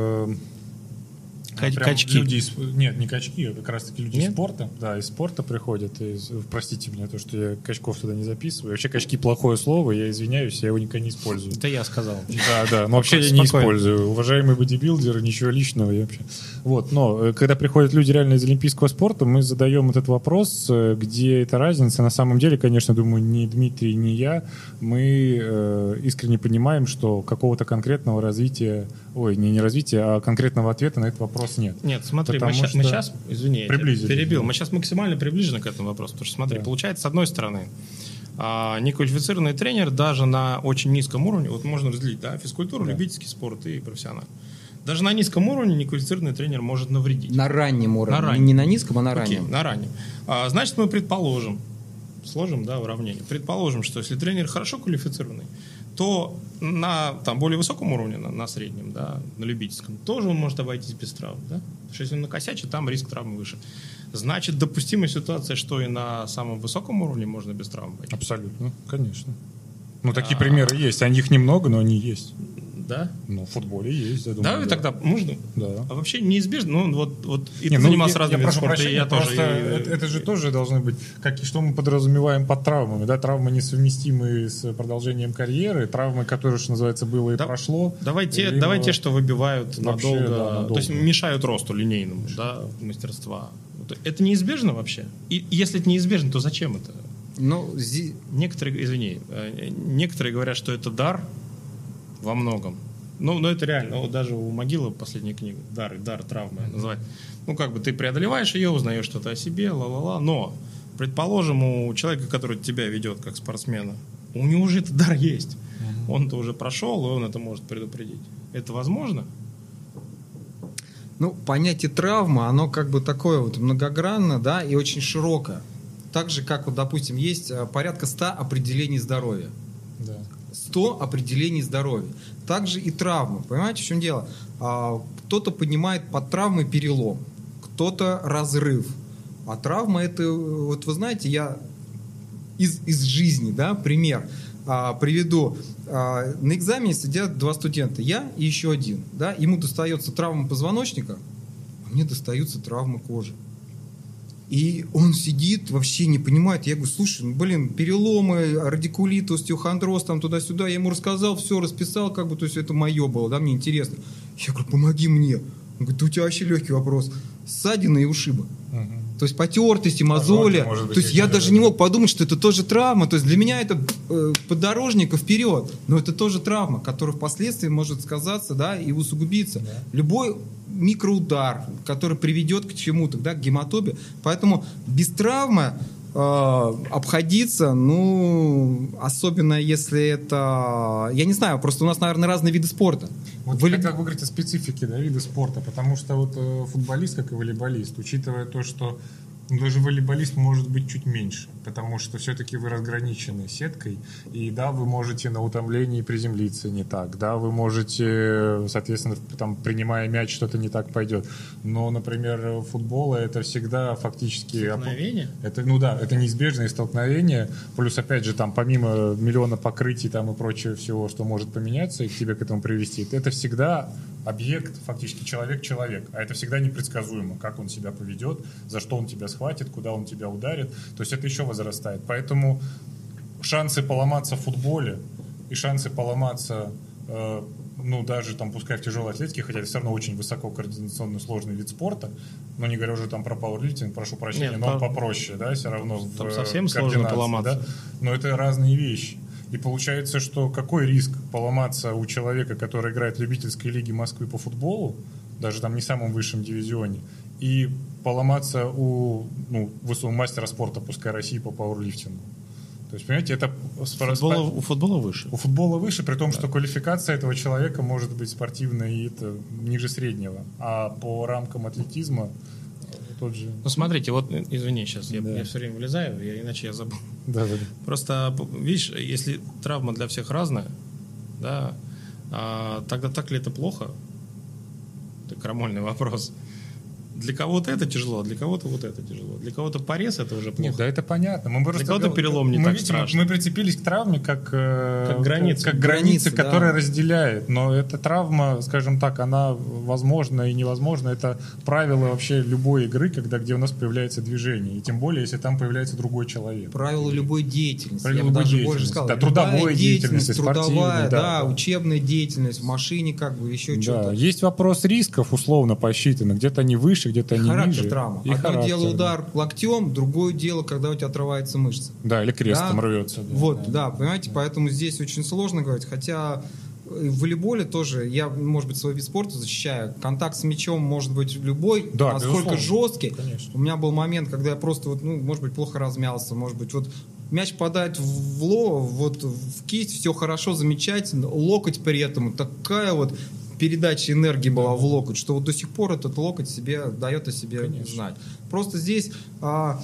качки. Люди нет, не качки, а как раз-таки люди из спорта. Да, из спорта приходят. Простите меня, то, что я качков туда не записываю. Вообще качки плохое слово, я извиняюсь, я его никогда не использую. Это я сказал. Да, но вообще я не использую. Уважаемые бодибилдеры, ничего личного. Я вообще... но когда приходят люди реально из олимпийского спорта, мы задаем этот вопрос, где эта разница. На самом деле, конечно, думаю, ни Дмитрий, ни я, мы искренне понимаем, что какого-то конкретного развития, не развития, а конкретного ответа на этот вопрос нет. Нет, смотри, мы сейчас, извини, перебил, мы сейчас максимально приближены к этому вопросу, потому что, смотри, получается, с одной стороны, неквалифицированный тренер даже на очень низком уровне, можно разделить, физкультуру, любительский спорт и профессионал. Даже на низком уровне неквалифицированный тренер может навредить. На раннем уровне, не на низком, а на раннем. На раннем. Значит, мы предположим, сложим, уравнение, предположим, что если тренер хорошо квалифицированный, то на более высоком уровне, на среднем, на любительском, тоже он может обойтись без травм. Да? Потому что если он накосячит, там риск травмы выше. Значит, допустимая ситуация, что и на самом высоком уровне можно без травм обойтись. Абсолютно, конечно. Такие примеры есть. Их немного, но они есть. Да? В футболе есть, я думаю. Да, и тогда можно. Да. А вообще неизбежно. И ты занимался разными видами спорта, и я тоже. Это же тоже должны быть, что мы подразумеваем под травмами. Да? Травмы несовместимые с продолжением карьеры, травмы, которые, что называется, было и прошло. Давай те, что выбивают надолго, то есть мешают росту линейному, мастерства. Это неизбежно вообще? И если это неизбежно, то зачем это? Некоторые говорят, что это дар во многом. Но это реально. Даже у Могилы последняя книга «Дар травмы» называть. Ты преодолеваешь ее, узнаешь что-то о себе, ла-ла-ла. Но, предположим, у человека, который тебя ведет как спортсмена, у него уже этот дар есть. Он-то уже прошел, и он это может предупредить. Это возможно? Понятие травмы, оно такое многогранное, и очень широкое. Так же, как, допустим, есть порядка 100 определений здоровья. Да. 100 определений здоровья. Также и травмы. Понимаете, в чем дело? Кто-то понимает под травмой перелом, кто-то разрыв. А травма это, вы знаете, я из жизни, пример приведу. На экзамене сидят 2 студента, я и еще один. Ему достается травма позвоночника, а мне достаются травмы кожи. И он сидит, вообще не понимает. Я говорю, слушай, переломы, радикулит, остеохондроз, туда-сюда. Я ему рассказал, все расписал, то есть это мое было, мне интересно. Я говорю, помоги мне. Он говорит, у тебя вообще легкий вопрос. Ссадины и ушибы. То То есть потертости, мозоли. То есть я даже не мог подумать, что это тоже травма. То есть для меня это поддорожник вперед. Но это тоже травма, которая впоследствии может сказаться, да, и усугубиться. Да. Любой микроудар, который приведет к чему-то, да, к гематоме. Поэтому без травмы обходиться, ну, особенно если это... Я не знаю, просто у нас, наверное, разные виды спорта. Вот как вы говорите о специфике, да, вида спорта, потому что вот футболист, как и волейболист, учитывая то, что даже волейболист может быть чуть меньше, потому что все-таки вы разграничены сеткой, и да, вы можете на утомлении приземлиться не так, да, вы можете, соответственно, там, принимая мяч, что-то не так пойдет. Но, например, футбол — это всегда фактически... Столкновение? Это, ну да, это неизбежное столкновение, плюс, опять же, там, помимо миллиона покрытий там и прочего всего, что может поменяться и к тебе к этому привести, это всегда объект, фактически человек-человек, а это всегда непредсказуемо, как он себя поведет, за что он тебя схватит, куда он тебя ударит, то есть это еще возрастает. Поэтому шансы поломаться в футболе и шансы поломаться, ну, даже там, пускай в тяжелой атлетике, хотя это все равно очень высококоординационный сложный вид спорта, но не говоря уже там про пауэрлифтинг, прошу прощения, нет, но он попроще, да, все равно там совсем сложно поломаться. Да? Но это разные вещи. И получается, что какой риск поломаться у человека, который играет в любительской лиге Москвы по футболу, даже там не в самом высшем дивизионе, и поломаться у мастера спорта, пускай России, по пауэрлифтингу. То есть, понимаете, это... У футбола выше. У футбола выше, при том, что квалификация этого человека может быть спортивной и это ниже среднего. А по рамкам атлетизма тот же... Ну, смотрите, вот, извини, сейчас я все время влезаю, иначе я забыл. Да. Просто, видишь, если травма для всех разная, да, тогда так ли это плохо? Это крамольный вопрос. Для кого-то это тяжело, а для кого-то вот это тяжело. Для кого-то порез это уже плохо. Нет, да, это понятно. Для кого-то перелом не так страшно. Мы прицепились к травме как граница, которая разделяет. Но эта травма, скажем так, она возможна и невозможна. Это правило вообще любой игры, где у нас появляется движение. И тем более, если там появляется другой человек. Правило любой деятельности. Правило любой деятельности. Сказал, да, трудовой деятельности, трудовая, да, учебная деятельность, в машине еще что-то. Есть вопрос рисков, условно посчитано. Где-то они выше, где-то они характер ниже. Травма. И одно характер, дело удар локтем, другое дело, когда у тебя отрывается мышца. Да, или крестом рвется. Да, вот, да, понимаете, поэтому здесь очень сложно говорить, хотя в волейболе тоже, я, может быть, свой вид спорта защищаю, контакт с мячом может быть любой, да, насколько жесткий. Конечно. У меня был момент, когда я просто, может быть, плохо размялся, может быть, мяч попадает в кисть, все хорошо, замечательно, локоть при этом, такая передача энергии была в локоть, что до сих пор этот локоть дает о себе знать. Просто здесь я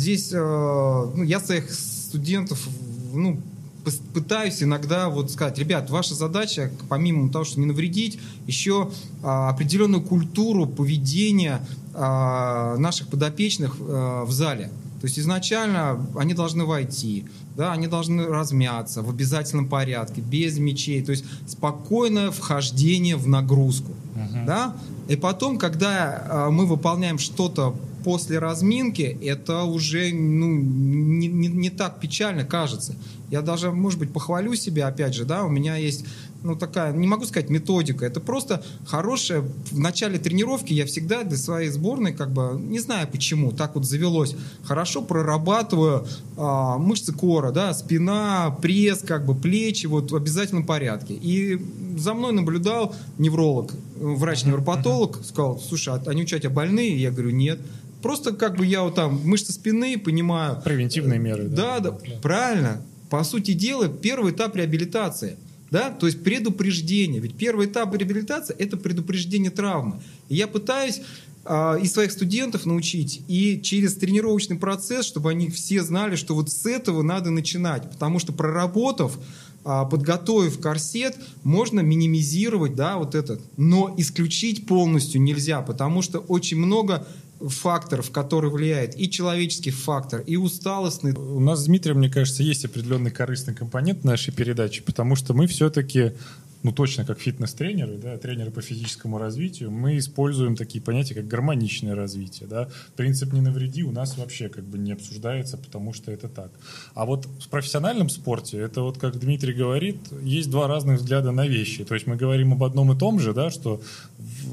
своих студентов пытаюсь иногда сказать: ребят, ваша задача, помимо того, что не навредить, еще определенную культуру поведения наших подопечных в зале. То есть изначально они должны войти, да, они должны размяться в обязательном порядке, без мячей, то есть спокойное вхождение в нагрузку. Да? И потом, когда мы выполняем что-то после разминки, это уже не так печально кажется. Я даже, может быть, похвалю себя, опять же, да, у меня есть такая, не могу сказать методика, это просто хорошая, в начале тренировки я всегда для своей сборной, не знаю почему, так завелось, хорошо прорабатываю мышцы кора, да, спина, пресс, плечи, в обязательном порядке. И за мной наблюдал невролог, врач-невропатолог, сказал: слушай, они у тебя больные? Я говорю: нет. Просто я мышцы спины понимаю. Превентивные меры. Да, правильно. По сути дела, первый этап реабилитации. Да? То есть предупреждение. Ведь первый этап реабилитации – это предупреждение травмы. И я пытаюсь и своих студентов научить, и через тренировочный процесс, чтобы они все знали, что с этого надо начинать. Потому что проработав, подготовив корсет, можно минимизировать, да, этот. Но исключить полностью нельзя, потому что очень много факторов, которые влияют, и человеческий фактор, и усталостный. У нас с Дмитрием, мне кажется, есть определенный корыстный компонент нашей передачи, потому что мы все-таки, точно как фитнес-тренеры, да, тренеры по физическому развитию, мы используем такие понятия, как гармоничное развитие. Да. Принцип «не навреди» у нас вообще не обсуждается, потому что это так. А в профессиональном спорте, это как Дмитрий говорит, есть два разных взгляда на вещи. То есть мы говорим об одном и том же, да, что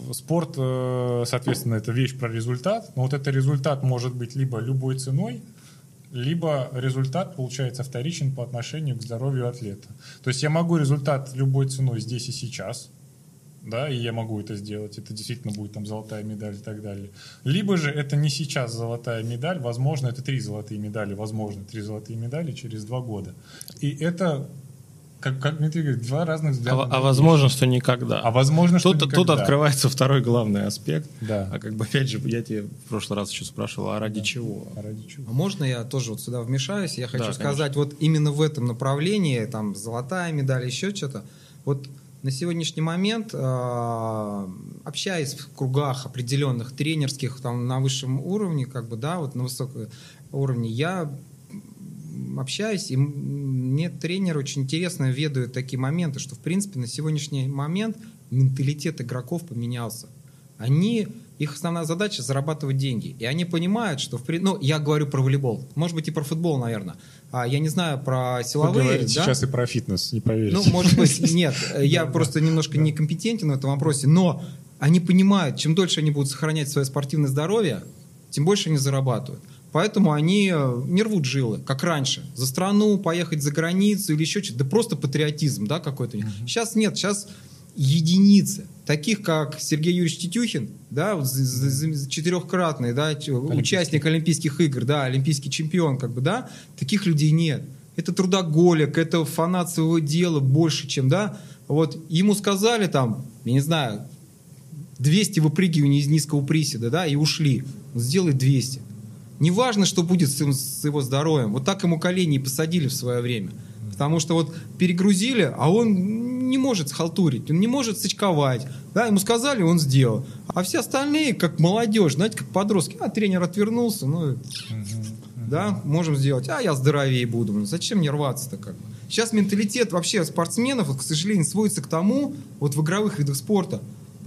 спорт, соответственно, это вещь про результат, но вот этот результат может быть либо любой ценой, либо результат получается вторичен по отношению к здоровью атлета. То есть я могу результат любой ценой здесь и сейчас, да, и я могу это сделать, это действительно будет там золотая медаль и так далее. Либо же это не сейчас золотая медаль, возможно, это 3 золотые медали, возможно, 3 золотые медали через 2 года. И это, как Дмитрий говорит, 2 разных взгляда. А возможно, что никогда. А возможно, что никогда. Тут открывается второй главный аспект. Да. А как бы, опять же, я тебе в прошлый раз еще спрашивал, а ради чего? А ради чего? А можно я тоже вот сюда вмешаюсь? Я хочу сказать, конечно. вот именно в этом направлении, там, золотая медаль, еще что-то, вот на сегодняшний момент, общаясь в кругах определенных тренерских, там, на высшем уровне, как бы, да, вот на высоком уровне, я общаюсь, и мне тренеры очень интересно ведают такие моменты, что, в принципе, на сегодняшний момент менталитет игроков поменялся. Их основная задача — зарабатывать деньги. И они понимают, что... я говорю про волейбол. Может быть, и про футбол, наверное. Я не знаю про силовые. Вы говорите сейчас и про фитнес, не поверите. Может быть, нет. Я просто немножко некомпетентен в этом вопросе. Но они понимают, чем дольше они будут сохранять свое спортивное здоровье, тем больше они зарабатывают. Поэтому они не рвут жилы, как раньше. За страну, поехать за границу или еще что-то. Да просто патриотизм, да, какой-то. Сейчас нет, сейчас единицы. Таких, как Сергей Юрьевич Тетюхин, да, вот 4-кратный, да, участник Олимпийских игр, да, олимпийский чемпион, как бы, да, таких людей нет. Это трудоголик, это фанат своего дела больше, чем, да, вот ему сказали там, я не знаю, 200 выпрыгиваний из низкого приседа, да, и ушли. Он сделает 200. Неважно, что будет с его здоровьем. Вот так ему колени и посадили в свое время. Потому что вот перегрузили, а он не может схалтурить, он не может сочковать. Да, ему сказали, он сделал. А все остальные, как молодежь, знаете, как подростки. Тренер отвернулся, да, можем сделать. Я здоровее буду. Зачем мне рваться-то как бы? Сейчас менталитет вообще спортсменов, вот, к сожалению, сводится к тому, вот в игровых видах спорта,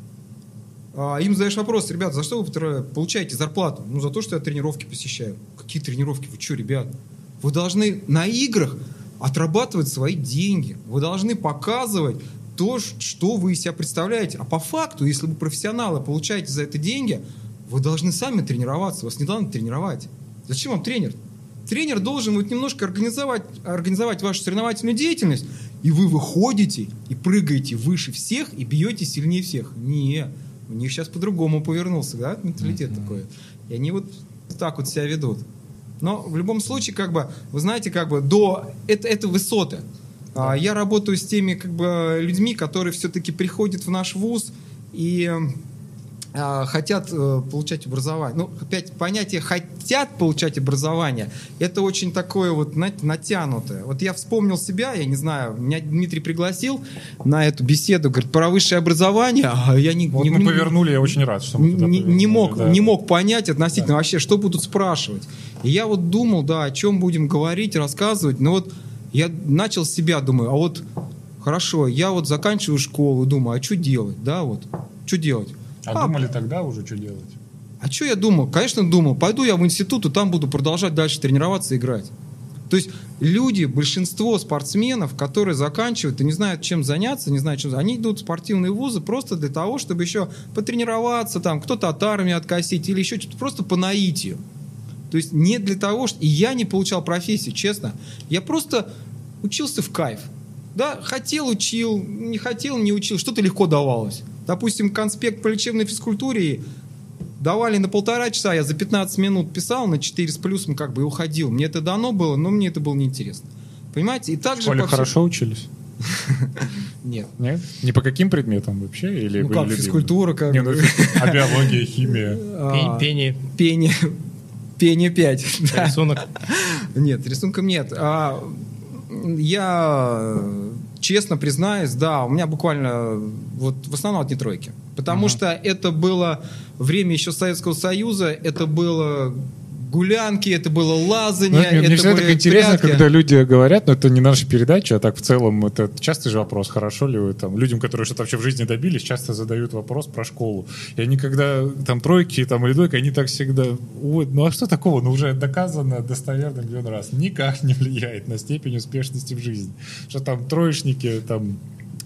им задаешь вопрос: ребята, за что вы получаете зарплату? За то, что я тренировки посещаю. Какие тренировки? Вы что, ребят? Вы должны на играх отрабатывать свои деньги. Вы должны показывать то, что вы из себя представляете. А по факту, если вы профессионалы, получаете за это деньги, вы должны сами тренироваться. Вас не должны тренировать. Зачем вам тренер? Тренер должен вот немножко организовать вашу соревновательную деятельность, и вы выходите и прыгаете выше всех и бьете сильнее всех. Не, у них сейчас по-другому повернулся, да, менталитет такой. И они вот так вот себя ведут. Но в любом случае, как бы, вы знаете, как бы это высоты. Я работаю с теми, как бы, людьми, которые все-таки приходят в наш вуз и хотят получать образование. Опять понятие «хотят получать образование» — это очень такое вот, знаете, натянутое. Вот я вспомнил себя, я не знаю, меня Дмитрий пригласил на эту беседу, говорит, про высшее образование, а я мы повернули, я очень рад, что мы туда не мог понять относительно вообще, что будут спрашивать. И я вот думал, да, о чем будем говорить, рассказывать, но вот я начал с себя, думаю, хорошо, я вот заканчиваю школу, думаю, а что делать, да, вот, что делать? Думали тогда уже, что делать? А что я думал? Конечно, думал, пойду я в институт, и там буду продолжать дальше тренироваться и играть. То есть люди, большинство спортсменов, которые заканчивают и не знают, чем заняться, они идут в спортивные вузы просто для того, чтобы еще потренироваться, там, кто-то от армии откосить или еще что-то, просто по наитию. То есть не для того, что... И я не получал профессию, честно. Я просто учился в кайф. Да, хотел, учил, не хотел, не учил. Что-то легко давалось. Допустим, конспект по лечебной физкультуре давали на 1,5 часа, я за 15 минут писал, на 4 с плюсом как бы и уходил. Мне это дано было, но мне это было неинтересно. Понимаете? И также в школе хорошо учились? Нет. Нет? Не по каким предметам вообще? Или как, физкультура, как... А биология, химия? Пение 5. Рисунок? Нет, рисунком нет. Я честно признаюсь, да, у меня буквально вот в основном одни тройки. Потому что это было время еще Советского Союза, это было гулянки, это было лазание. Мне всегда так интересно, когда люди говорят, но это не наша передача, а так в целом это частый же вопрос, хорошо ли вы там, людям, которые что-то вообще в жизни добились, часто задают вопрос про школу. И они когда там тройки там, или двойки, они так всегда, а что такого? Уже доказано достоверно миллион раз. Никак не влияет на степень успешности в жизни. Что там троечники, там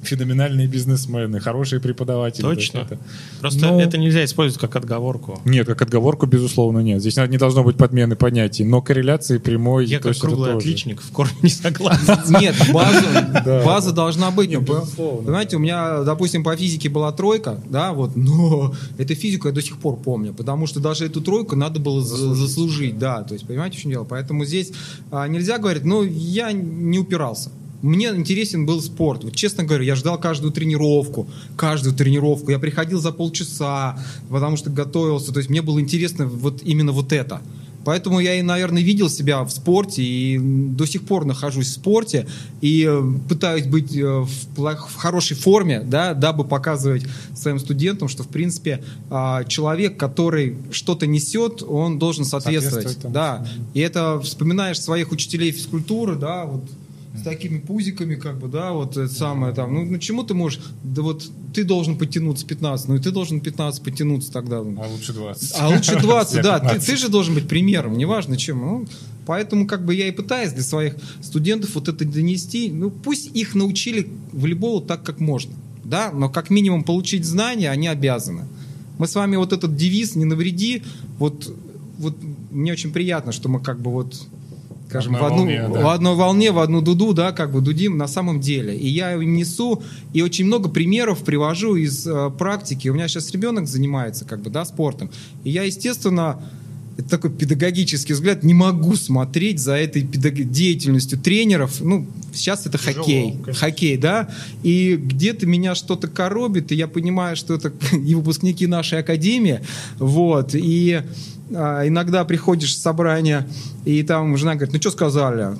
феноменальные бизнесмены, хорошие преподаватели. Точно. Просто это нельзя использовать как отговорку. Нет, как отговорку, безусловно, нет. Здесь не должно быть подмены понятий, но корреляции прямой... Я как круглый отличник в корне не согласен. Нет, база должна быть. Понимаете, у меня, допустим, по физике была 3, да, вот, но эту физику я до сих пор помню, потому что даже эту 3 надо было заслужить, да, то есть, понимаете, в чем дело? Поэтому здесь нельзя говорить, я не упирался. Мне интересен был спорт. Вот, честно говоря, я ждал каждую тренировку. Я приходил за полчаса, потому что готовился. То есть мне было интересно именно это. Поэтому я, наверное, видел себя в спорте и до сих пор нахожусь в спорте и пытаюсь быть в хорошей форме, да, дабы показывать своим студентам, что, в принципе, человек, который что-то несет, он должен соответствовать. Да. И это вспоминаешь своих учителей физкультуры, да, вот, с такими пузиками, как бы, да, вот это самое там. Чему ты можешь? Да вот ты должен подтянуться 15, и ты должен 15 подтянуться тогда. А лучше 20. А лучше 20, да. Ты же должен быть примером, неважно чем. Поэтому как бы я и пытаюсь для своих студентов это донести. Пусть их научили волейболу так, как можно, да, но как минимум получить знания они обязаны. Мы с вами этот девиз «не навреди», вот мне очень приятно, что мы как бы скажем, в одной волне, в одну дуду, да, как бы дудим на самом деле. И я им несу, и очень много примеров привожу из практики. У меня сейчас ребенок занимается, как бы, да, спортом. И я, естественно, это такой педагогический взгляд, не могу смотреть за этой деятельностью тренеров. Сейчас это хоккей. Хоккей, да. И где-то меня что-то коробит, и я понимаю, что это и выпускники нашей академии. Вот. И иногда приходишь в собрание, и там жена говорит, что сказали?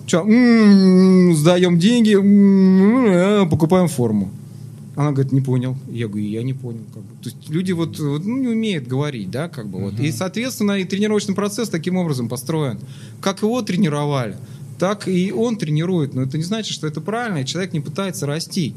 Сдаем деньги, покупаем форму. Она говорит, не понял. Я говорю, я не понял. Как бы. То есть люди не умеют говорить, да, как бы. И, соответственно, и тренировочный процесс таким образом построен. Как его тренировали, так и он тренирует. Но это не значит, что это правильно, и человек не пытается расти.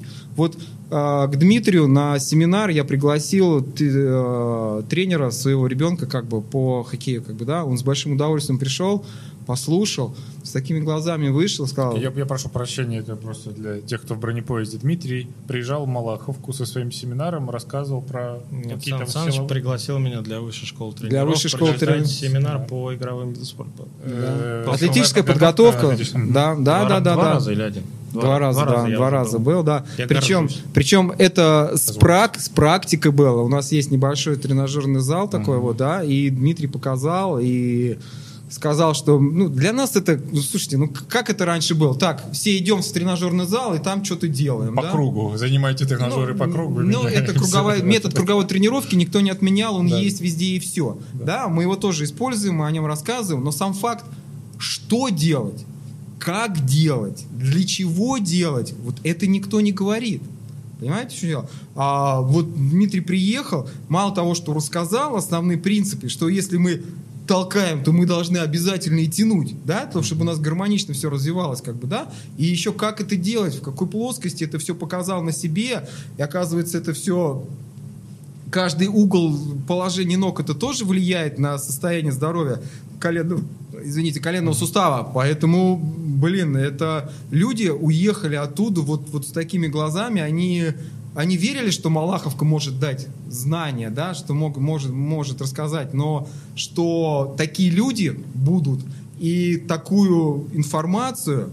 К Дмитрию на семинар я пригласил тренера своего ребенка как бы по хоккею, как бы, да. Он с большим удовольствием пришел, послушал, с такими глазами вышел, сказал... Я прошу прощения, это просто для тех, кто в бронепоезде. Дмитрий приезжал в Малаховку со своим семинаром, рассказывал про какие-то... Сан Саныч пригласил меня для высшей школы тренеров. Для высшей школы тренеров. Семинар по игровым видам спорта. Атлетическая подготовка. Да. Два раза или один? Два раза был, да. Причем это с практикой было. У нас есть небольшой тренажерный зал такой да, и Дмитрий показал, и сказал, что для нас это, слушайте, как это раньше было? Так, все идем в тренажерный зал и там что-то делаем. По кругу, занимайте тренажеры по кругу. Это метод круговой тренировки никто не отменял, он есть везде и все. Да, мы его тоже используем, мы о нем рассказываем, но сам факт, что делать, как делать, для чего делать, это никто не говорит. Понимаете, что дело? Дмитрий приехал, мало того, что рассказал основные принципы, что если мы толкаем, то мы должны обязательно и тянуть, да, чтобы у нас гармонично все развивалось, как бы, да, и еще как это делать, в какой плоскости это все показал на себе, и оказывается, это все, каждый угол положения ног, это тоже влияет на состояние здоровья коленного сустава, поэтому, это люди уехали оттуда с такими глазами, они верили, что Малаховка может дать знания, да, что может рассказать, но что такие люди будут и такую информацию,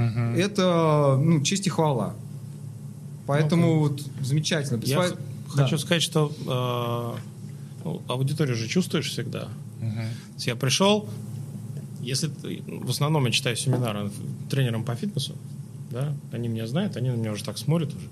это честь и хвала. Поэтому замечательно. Я хочу сказать, что аудиторию же чувствуешь всегда. Я пришел, если в основном я читаю семинары тренерам по фитнесу, да, они меня знают, они на меня уже так смотрят уже.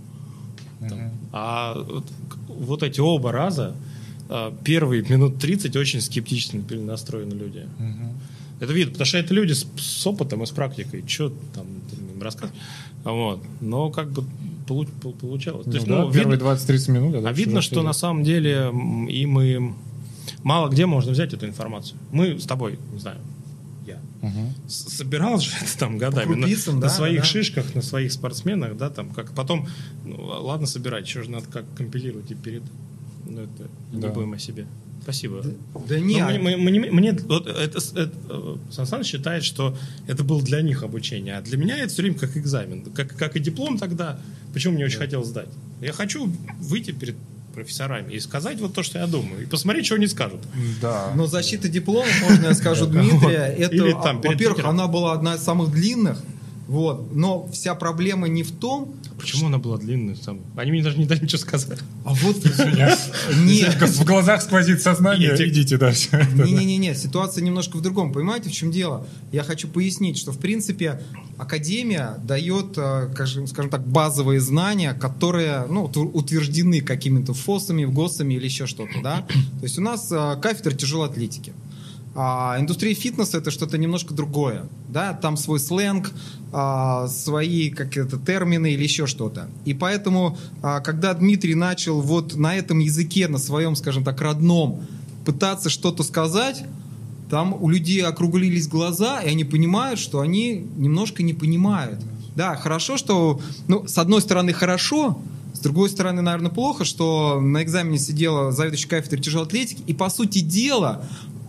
А эти оба раза первые минут 30 очень скептично настроены люди. Это видно, потому что это люди с опытом и с практикой. Что там им рассказывать? Но как бы получалось. То есть, первые 20-30 минут. А видно, что на самом деле им мало где можно взять эту информацию. Мы с тобой, не знаю, я собирал же это там годами на своих шишках, на своих спортсменах, да, там как потом, ладно собирать, что же надо как компилировать и перед, это не будем о себе. Спасибо. Да нет. Мне вот Сан Саныч считает, что это было для них обучение, а для меня это все время как экзамен, как и диплом тогда. Почему мне очень хотелось сдать? Я хочу выйти перед профессорами и сказать вот то, что я думаю, и посмотреть, что они скажут. Да. Но защита диплома, можно я скажу, Дмитрия, это, во-первых, она была одна из самых длинных. Вот. Но вся проблема не в том... Почему она была длинной? Они мне даже не дали ничего сказать. А вот... Нет. В глазах сквозит сознание, идите дальше. Не-не-не, ситуация немножко в другом. Понимаете, в чем дело? Я хочу пояснить, что, в принципе, академия дает, скажем так, базовые знания, которые утверждены какими-то ФОСами, ГОСами или еще что-то. Да? То есть у нас кафедра тяжелой атлетики. А индустрия фитнеса — это что-то немножко другое, да, там свой сленг, свои какие-то термины или еще что-то. И поэтому, когда Дмитрий начал вот на этом языке, на своем, скажем так, родном, пытаться что-то сказать, там у людей округлились глаза, и они понимают, что они немножко не понимают. Да, хорошо, что, с одной стороны, хорошо, с другой стороны, наверное, плохо, что на экзамене сидела заведующая кафедрой тяжелой атлетики, и, по сути дела,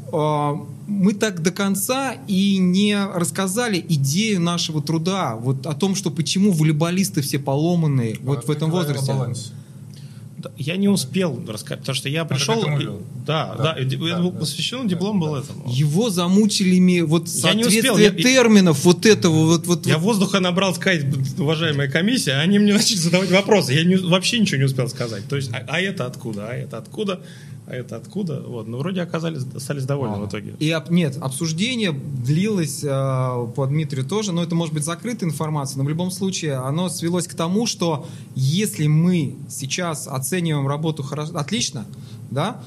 мы так до конца и не рассказали идею нашего труда, вот о том, что почему волейболисты все поломанные вот в этом возрасте. Я не успел рассказать, потому что я пришел... Да, это был посвящен, диплом был этому. Его замучили соответствие терминов вот этого. Я воздуха набрал сказать, уважаемая комиссия, они мне начали задавать вопросы. Я вообще ничего не успел сказать. То есть, а это откуда, а это откуда? А это откуда? Вот. Но вроде остались довольны в итоге. Нет, обсуждение длилось по Дмитрию тоже, но это может быть закрытая информация, но в любом случае оно свелось к тому, что если мы сейчас оцениваем работу отлично, да,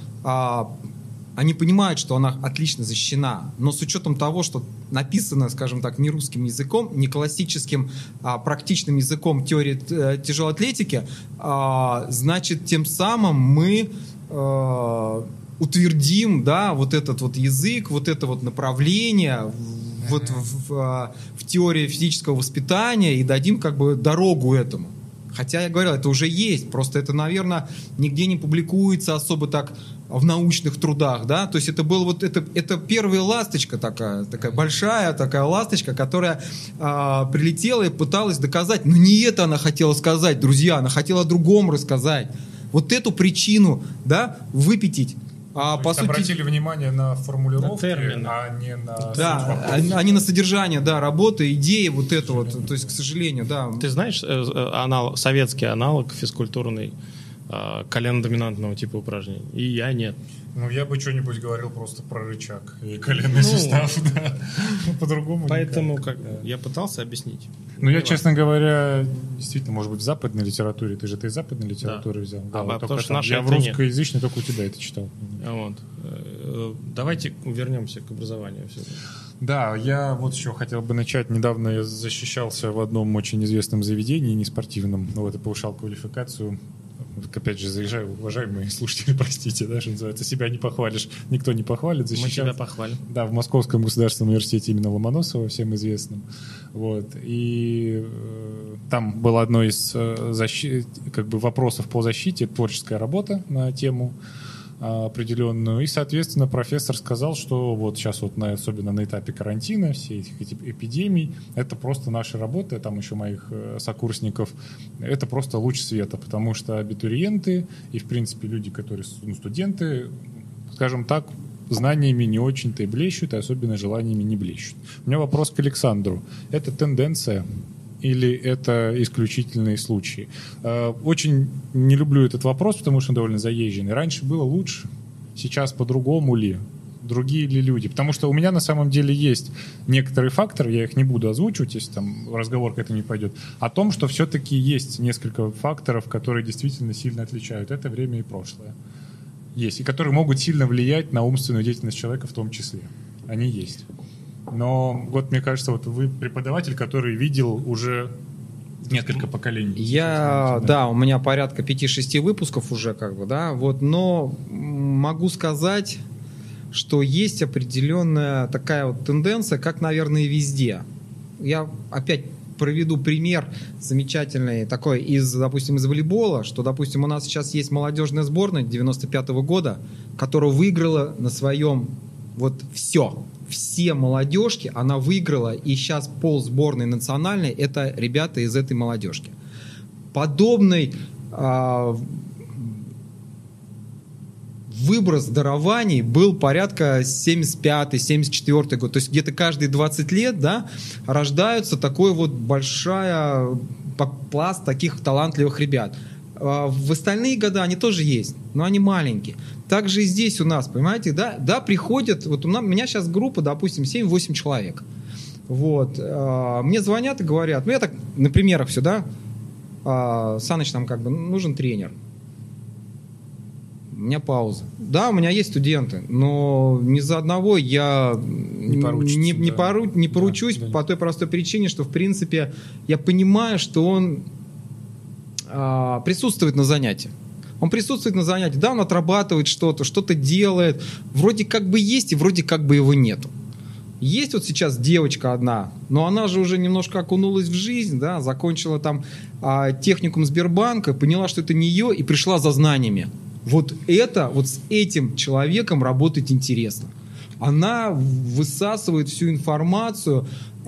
они понимают, что она отлично защищена, но с учетом того, что написано, скажем так, не русским языком, не классическим, практичным языком теории тяжелой атлетики, значит, тем самым мы утвердим, да, вот этот вот язык, вот это вот направление вот в теории физического воспитания и дадим как бы дорогу этому. Хотя я говорил, это уже есть, просто это, наверное, нигде не публикуется особо так в научных трудах, да, то есть это был это первая ласточка такая большая такая ласточка, которая прилетела и пыталась доказать, но не это она хотела сказать, друзья, она хотела о другом рассказать. Вот эту причину, да, выпятить. По сути, обратили внимание на формулировки, а не на а не на содержание, да, работы, идеи вот это вот, то есть, к сожалению, да. Ты знаешь советский аналог физкультурный колено-доминантного типа упражнений? И я нет. Я бы что-нибудь говорил просто про рычаг и коленный сустав, да. По-другому поэтому я пытался объяснить. Я, честно говоря, действительно, может быть, в западной литературе, ты из западной литературы взял. Потому что я в русскоязычной только у тебя это читал. Вот. Давайте вернемся к образованию. Да, я вот еще хотел бы начать. Недавно я защищался в одном очень известном заведении, не спортивном, и повышал квалификацию. Опять же, заезжаю, уважаемые слушатели, простите, да, что называется, себя не похвалишь, никто не похвалит. Мы тебя похвалим. Да, в Московском государственном университете имени Ломоносова, всем известным. Вот. И там было одно из вопросов по защите, творческая работа на тему определенную. И, соответственно, профессор сказал, что вот сейчас особенно на этапе карантина, всех этих эпидемий, это просто наша работа, там еще моих сокурсников, это просто луч света, потому что абитуриенты и, в принципе, люди, которые студенты, скажем так, знаниями не очень-то и блещут, и особенно желаниями не блещут. У меня вопрос к Александру. Это тенденция или это исключительные случаи? Очень не люблю этот вопрос, потому что он довольно заезженный. Раньше было лучше, сейчас по-другому ли? Другие ли люди? Потому что у меня на самом деле есть некоторые факторы, я их не буду озвучивать, если там разговор к этому не пойдет, о том, что все-таки есть несколько факторов, которые действительно сильно отличают это время и прошлое. Есть, и которые могут сильно влиять на умственную деятельность человека в том числе. Они есть. Но вот мне кажется, вы преподаватель, который видел уже несколько поколений. У меня порядка 5-6 выпусков уже но могу сказать, что есть определенная такая вот тенденция, как, наверное, везде. Я опять проведу пример замечательный такой допустим, из волейбола, что, допустим, у нас сейчас есть молодежная сборная 95-го года, которая выиграла на своем все молодежки, она выиграла, и сейчас полсборной национальной — это ребята из этой молодежки. Подобный выброс дарований был порядка 75-74 год. То есть где-то каждые 20 лет, да, рождаются такой вот большая пласт таких талантливых ребят. В остальные года они тоже есть, но они маленькие. Также и здесь у нас, понимаете, да, приходят, вот у меня сейчас группа, допустим, 7-8 человек. Вот. Мне звонят и говорят, я так на примерах все, да, Саныч, нам как бы нужен тренер. У меня пауза. Да, у меня есть студенты, но ни за одного я не поручусь по той простой причине, что, в принципе, я понимаю, что он присутствует на занятии. Он присутствует на занятии, да, он отрабатывает что-то делает. Вроде как бы есть, и вроде как бы его нету. Есть вот сейчас девочка одна, но она же уже немножко окунулась в жизнь, да, закончила там техникум Сбербанка, поняла, что это не ее, и пришла за знаниями. Вот с этим человеком работать интересно. Она высасывает всю информацию,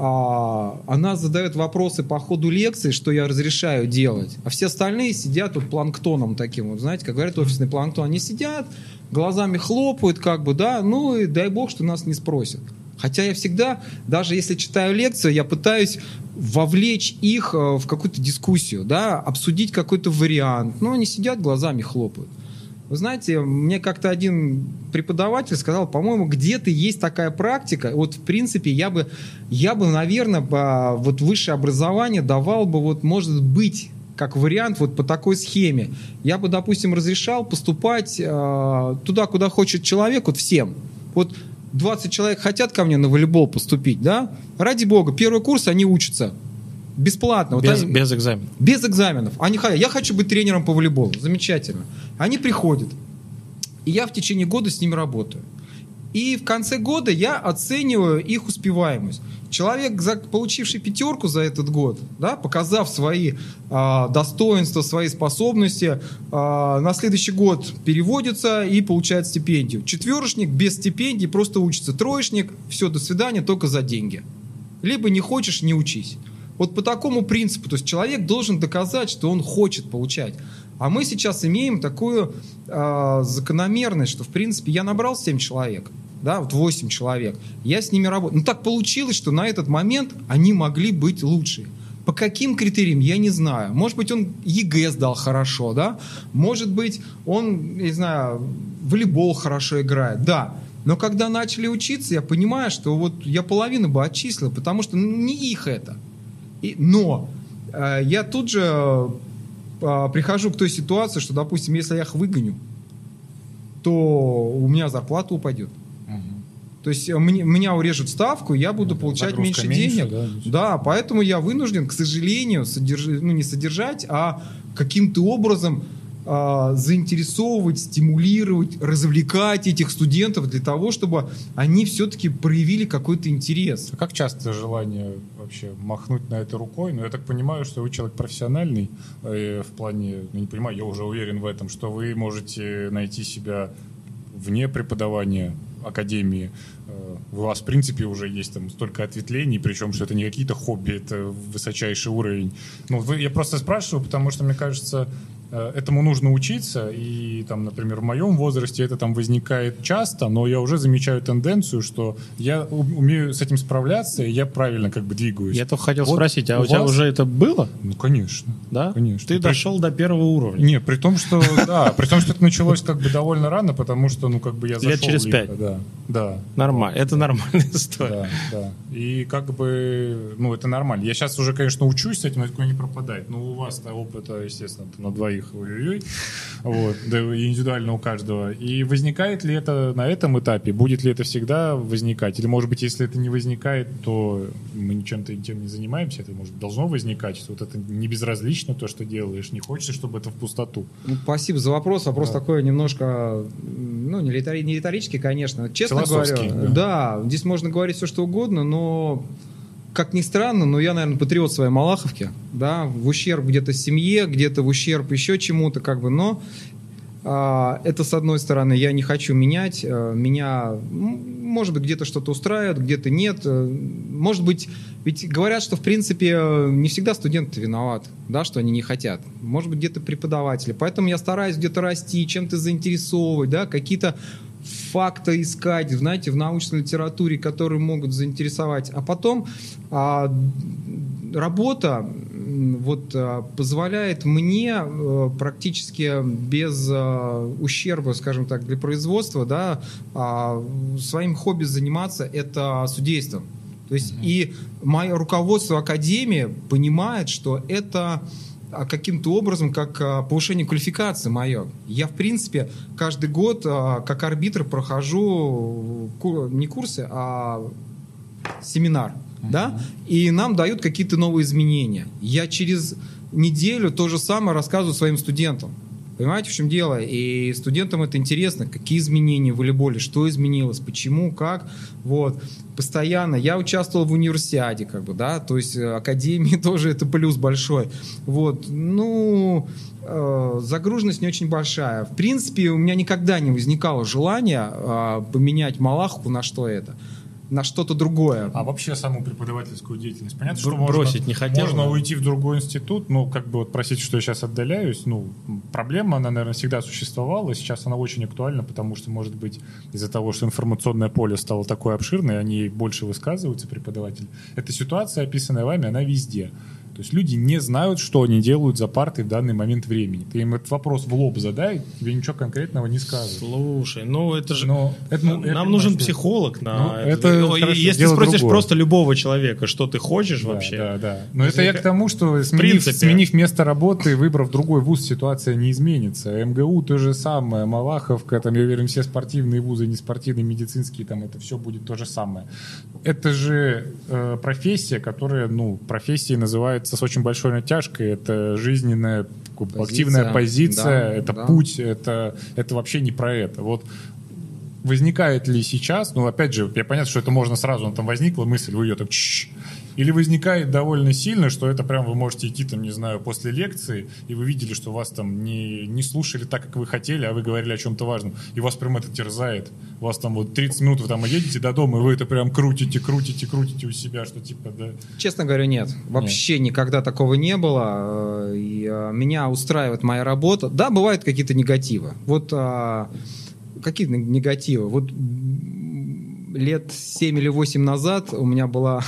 она задает вопросы по ходу лекции, что я разрешаю делать. А все остальные сидят вот планктоном таким, вот, знаете, как говорят, офисный планктон. Они сидят, глазами хлопают, как бы, да, ну и дай бог, что нас не спросят. Хотя я всегда, даже если читаю лекцию, я пытаюсь вовлечь их в какую-то дискуссию, да, обсудить какой-то вариант. Но они сидят, глазами хлопают. Вы знаете, мне как-то один преподаватель сказал, по-моему, где-то есть такая практика. Вот, в принципе, я бы, наверное, вот высшее образование давал бы, вот, может быть, как вариант вот по такой схеме. Я бы, допустим, разрешал поступать туда, куда хочет человек, вот всем. Вот 20 человек хотят ко мне на волейбол поступить, да? Ради бога, первый курс они учатся. Бесплатно. Без экзаменов. Без экзаменов. Они хотят. Я хочу быть тренером по волейболу. Замечательно. Они приходят. И я в течение года с ними работаю. И в конце года я оцениваю их успеваемость. Человек, получивший 5 за этот год, да, показав свои достоинства, свои способности, на следующий год переводится и получает стипендию. 4-шник без стипендии просто учится. 3-шник, все, до свидания, только за деньги. Либо не хочешь, не учись. Вот по такому принципу. То есть человек должен доказать, что он хочет получать. А мы сейчас имеем такую закономерность, что, в принципе, я набрал 7 человек, да, вот 8 человек, я с ними работаю. Ну, так получилось, что на этот момент они могли быть лучше. По каким критериям, я не знаю. Может быть, он ЕГЭ сдал хорошо, да? Может быть, он, не знаю, волейбол хорошо играет, да. Но когда начали учиться, я понимаю, что вот я половину бы отчислил, потому что не их это. Но я тут же прихожу к той ситуации, что, допустим, если я их выгоню, то у меня зарплата упадет. То есть меня урежут ставку, я буду получать меньше денег. Да, поэтому я вынужден, к сожалению, не содержать, а каким-то образом заинтересовывать, стимулировать, развлекать этих студентов для того, чтобы они все-таки проявили какой-то интерес. А как часто желание вообще махнуть на это рукой? Я так понимаю, что вы человек профессиональный в плане, не понимаю, я уже уверен в этом, что вы можете найти себя вне преподавания академии. У вас, в принципе, уже есть там столько ответвлений, причем, что это не какие-то хобби, это высочайший уровень. Я просто спрашиваю, потому что, мне кажется, этому нужно учиться, и, там, например, в моем возрасте это там возникает часто, но я уже замечаю тенденцию, что я умею с этим справляться, и я правильно как бы двигаюсь. Я только хотел спросить, а у тебя уже это было? Ну, конечно. Да? Конечно. Ты дошел до первого уровня? Нет, при том, что это началось как бы довольно рано, потому что, я зашел... Лет через 5? Да. Нормально. Это нормальная история. Да. И как бы, это нормально. Я сейчас уже, конечно, учусь с этим, но такое не пропадает. Но у вас-то опыта, естественно, на двоих, ой-ой-ой. Вот, да, индивидуально у каждого. И возникает ли это на этом этапе? Будет ли это всегда возникать? Или, может быть, если это не возникает, то мы чем-то тем не занимаемся? Это, может, должно возникать? Что вот это не безразлично, то, что делаешь? Не хочется, чтобы это в пустоту? Спасибо за вопрос. Вопрос такой немножко, не риторический, конечно. Честно говоря, да, здесь можно говорить все, что угодно, но как ни странно, но я, наверное, патриот своей Малаховки, да, в ущерб где-то семье, где-то в ущерб еще чему-то, как бы, но это, с одной стороны, я не хочу менять, меня, может быть, где-то что-то устраивает, где-то нет, может быть, ведь говорят, что, в принципе, не всегда студенты виноваты, да, что они не хотят, может быть, где-то преподаватели, поэтому я стараюсь где-то расти, чем-то заинтересовывать, да, какие-то факты искать, знаете, в научной литературе, которые могут заинтересовать, а потом работа вот позволяет мне практически без ущерба, скажем так, для производства, да, своим хобби заниматься, это судейством. То есть и мое руководство академии понимает, что это каким-то образом как повышение квалификации мое. Я, в принципе, каждый год как арбитр прохожу не курсы, а семинар. Да? И нам дают какие-то новые изменения. Я через неделю то же самое рассказываю своим студентам. Понимаете, в чем дело? И студентам это интересно, какие изменения в волейболе, что изменилось, почему, как. Вот. Постоянно. Я участвовал в универсиаде, как бы, да, то есть академии тоже это плюс большой. Вот. Ну, загруженность не очень большая. В принципе, у меня никогда не возникало желания поменять Малаховку на что это. На что-то другое. А вообще саму преподавательскую деятельность? Понятно, что бросить не хотел, можно уйти в другой институт, но как бы вот просить, что я сейчас отдаляюсь, ну, проблема, она, наверное, всегда существовала, сейчас она очень актуальна, потому что, может быть, из-за того, что информационное поле стало такое обширное, они больше высказываются, преподаватели. Эта ситуация, описанная вами, она везде. То есть люди не знают, что они делают за партой в данный момент времени. Ты им этот вопрос в лоб задай, тебе ничего конкретного не скажут. Слушай, ну это же... нам нужен психолог на это. Если спросишь просто любого человека, что ты хочешь вообще. Да. Но это я к тому, что сменив место работы, выбрав другой вуз, ситуация не изменится. МГУ то же самое, Малаховка, там, я уверен, все спортивные вузы, неспортивные, медицинские, там это все будет то же самое. Это же профессия, которая, профессией называется с очень большой натяжкой, это жизненная активная позиция, да, это путь, это вообще не про это. Вот возникает ли сейчас, опять же, я понятно, что это можно сразу, там возникла мысль, вы ее там или возникает довольно сильно, что это прям вы можете идти, там, не знаю, после лекции, и вы видели, что вас там не слушали так, как вы хотели, а вы говорили о чем-то важном, и вас прям это терзает. У вас там вот 30 минут вы там едете до дома, и вы это прям крутите у себя, что типа, да. Честно говоря, нет. Вообще никогда такого не было. И меня устраивает моя работа. Да, бывают какие-то негативы. Вот какие негативы? Вот лет 7 или 8 назад у меня была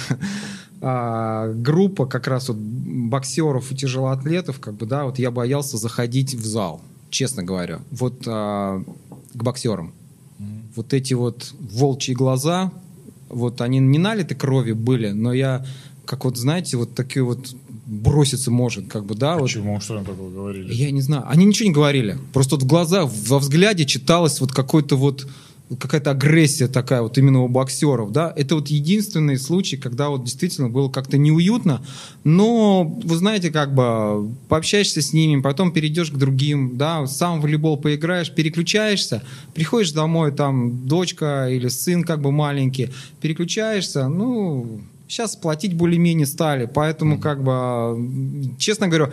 группа как раз вот боксеров и тяжелоатлетов, как бы, да, вот я боялся заходить в зал, честно говоря, вот к боксерам. Вот эти вот волчьи глаза, вот они не налиты кровью были, но я, как вот, знаете, вот такие вот броситься может, как бы, да. Почему? Вот. Что они такого говорили? Я не знаю. Они ничего не говорили. Просто вот в глазах, во взгляде читалось вот какой-то вот какая-то агрессия такая вот именно у боксеров, да, это вот единственный случай, когда вот действительно было как-то неуютно, но, вы знаете, как бы пообщаешься с ними, потом перейдешь к другим, да, сам в волейбол поиграешь, переключаешься, приходишь домой, там, дочка или сын как бы маленький, переключаешься, сейчас платить более-менее стали, поэтому как бы, честно говоря,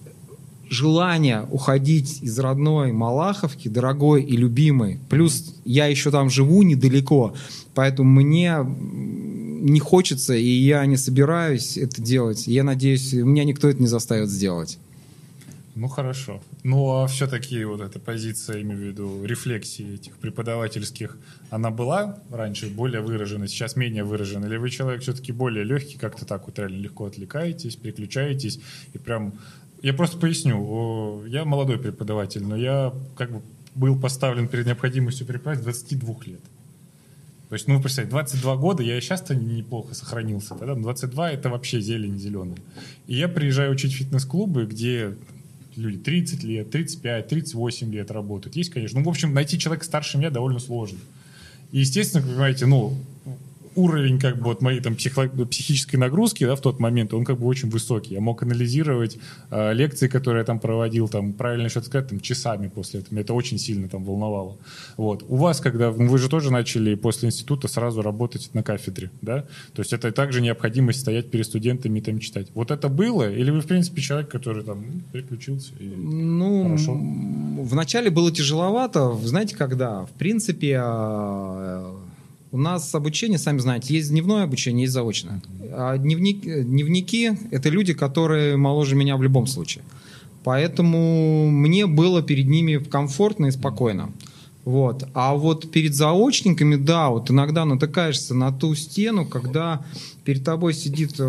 желание уходить из родной Малаховки, дорогой и любимой, плюс я еще там живу недалеко, поэтому мне не хочется, и я не собираюсь это делать. Я надеюсь, меня никто это не заставит сделать. Хорошо. А все-таки вот эта позиция, имею в виду, рефлексии этих преподавательских, она была раньше более выражена, сейчас менее выражена? Или вы человек все-таки более легкий, как-то так вот реально легко отвлекаетесь, переключаетесь и прям... Я просто поясню. Я молодой преподаватель, но я как бы был поставлен перед необходимостью преподавать 22 лет. То есть, представьте, 22 года, я и сейчас-то неплохо сохранился. Тогда 22 — это вообще зелень зеленая. И я приезжаю учить фитнес-клубы, где люди 30 лет, 35, 38 лет работают. Есть, конечно. В общем, найти человека старше меня довольно сложно. И, естественно, понимаете, уровень как бы вот моей там психической нагрузки, да, в тот момент, он как бы очень высокий. Я мог анализировать лекции, которые я там проводил, там, правильно что-то сказать, там, часами после этого. Меня это очень сильно там волновало. Вот. У вас, когда вы же тоже начали после института сразу работать на кафедре, да? То есть это также необходимость стоять перед студентами и там читать. Вот это было? Или вы, в принципе, человек, который там переключился? И хорошо? Вначале было тяжеловато. Знаете, когда? В принципе, у нас обучение, сами знаете, есть дневное обучение, есть заочное. А дневники – это люди, которые моложе меня в любом случае. Поэтому мне было перед ними комфортно и спокойно. Вот. А вот перед заочниками, да, вот иногда натыкаешься на ту стену, когда перед тобой сидит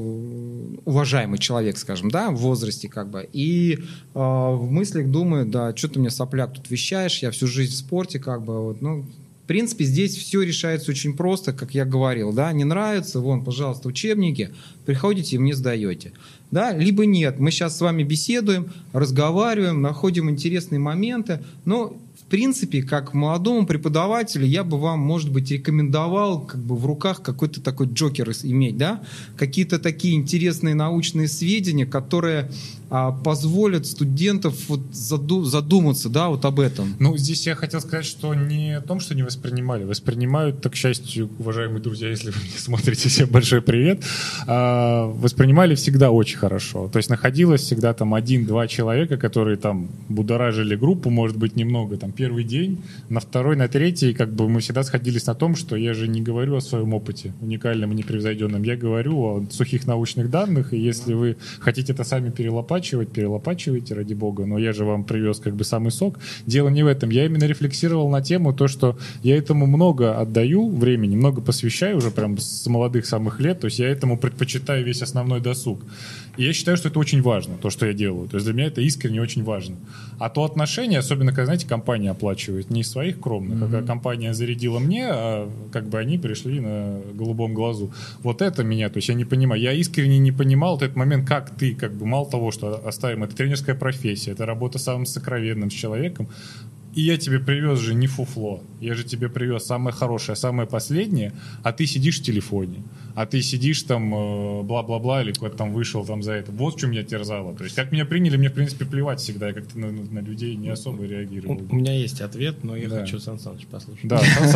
уважаемый человек, скажем, да, в возрасте как бы, и в мыслях думает, да, что ты мне, сопляк, тут вещаешь, я всю жизнь в спорте, как бы, вот, ну, в принципе, здесь все решается очень просто, как я говорил, да, не нравится, вон, пожалуйста, учебники, приходите и мне сдаете, да, либо нет, мы сейчас с вами беседуем, разговариваем, находим интересные моменты, но в принципе, как молодому преподавателю, я бы вам, может быть, рекомендовал как бы в руках какой-то такой джокер иметь, да, какие-то такие интересные научные сведения, которые позволят студентов вот задуматься, да, вот об этом. Ну, здесь я хотел сказать, что не о том, что не воспринимали. Воспринимают, так, к счастью, уважаемые друзья, если вы меня смотрите, всем большой привет. Воспринимали всегда очень хорошо. То есть находилось всегда там 1-2 человека, которые там будоражили группу, может быть, немного, там, первый день, на второй, на третий, как бы мы всегда сходились на том, что я же не говорю о своем опыте, уникальном и непревзойденном, я говорю о сухих научных данных, и если вы хотите это сами перелопачивайте, ради бога, но я же вам привез как бы самый сок. Дело не в этом. Я именно рефлексировал на тему то, что я этому много отдаю времени, много посвящаю уже прям с молодых самых лет, то есть я этому предпочитаю весь основной досуг. И я считаю, что это очень важно, то, что я делаю. То есть для меня это искренне очень важно. А то отношение, особенно, когда, знаете, компания оплачивает не из своих кровных, когда компания зарядила мне, а как бы они пришли на голубом глазу. Вот это меня, то есть я не понимаю. Я искренне не понимал вот этот момент, как ты, как бы, мало того, что оставим, это тренерская профессия, это работа с самым сокровенным, с человеком, и я тебе привез же не фуфло, я же тебе привез самое хорошее, самое последнее, а ты сидишь в телефоне, а ты сидишь там бла-бла-бла, или куда-то там вышел там за это. Вот в чем меня терзало. То есть как меня приняли, мне в принципе плевать всегда, я как-то на людей не особо реагировал. У меня есть ответ, но я хочу Сан Саныч послушать. Да, Сан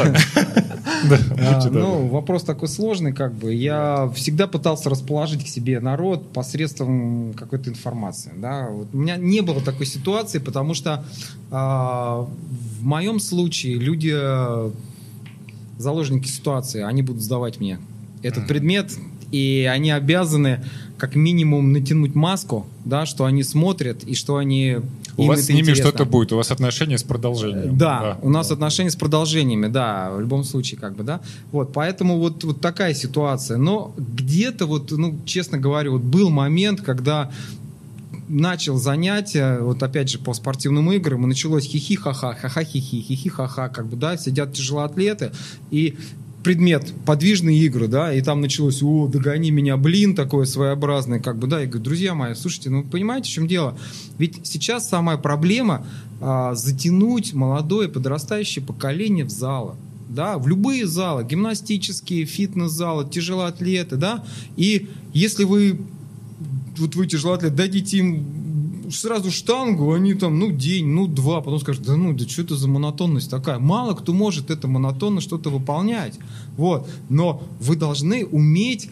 Саныч. Ну, вопрос такой сложный, как бы. Я всегда пытался расположить к себе народ посредством какой-то информации. Да? Вот у меня не было такой ситуации, потому что в моем случае люди, заложники ситуации, они будут сдавать мне этот предмет, и они обязаны как минимум натянуть маску, да, что они смотрят и что они... У вас с ними что-то будет, у вас отношения с продолжением. Да, у нас отношения с продолжениями, да, в любом случае, как бы, да. Вот, поэтому вот такая ситуация. Но где-то вот, ну, честно говоря, вот был момент, когда начал занятия, вот опять же по спортивным играм, и началось хихи-ха-ха, ха-ха-хихи, хихи-ха-ха, как бы, да, сидят тяжелоатлеты, и предмет подвижные игры, да, и там началось, догони меня, блин, такое своеобразное, как бы, да, я говорю, друзья мои, слушайте, ну, понимаете, в чем дело? Ведь сейчас самая проблема затянуть молодое подрастающее поколение в залы. Да, в любые залы, гимнастические, фитнес-залы, тяжелоатлеты, да, и если вы тяжелоатлет, дадите им сразу штангу, они там, ну, день, ну, два, потом скажут, да что это за монотонность такая? Мало кто может это монотонно что-то выполнять. Вот. Но вы должны уметь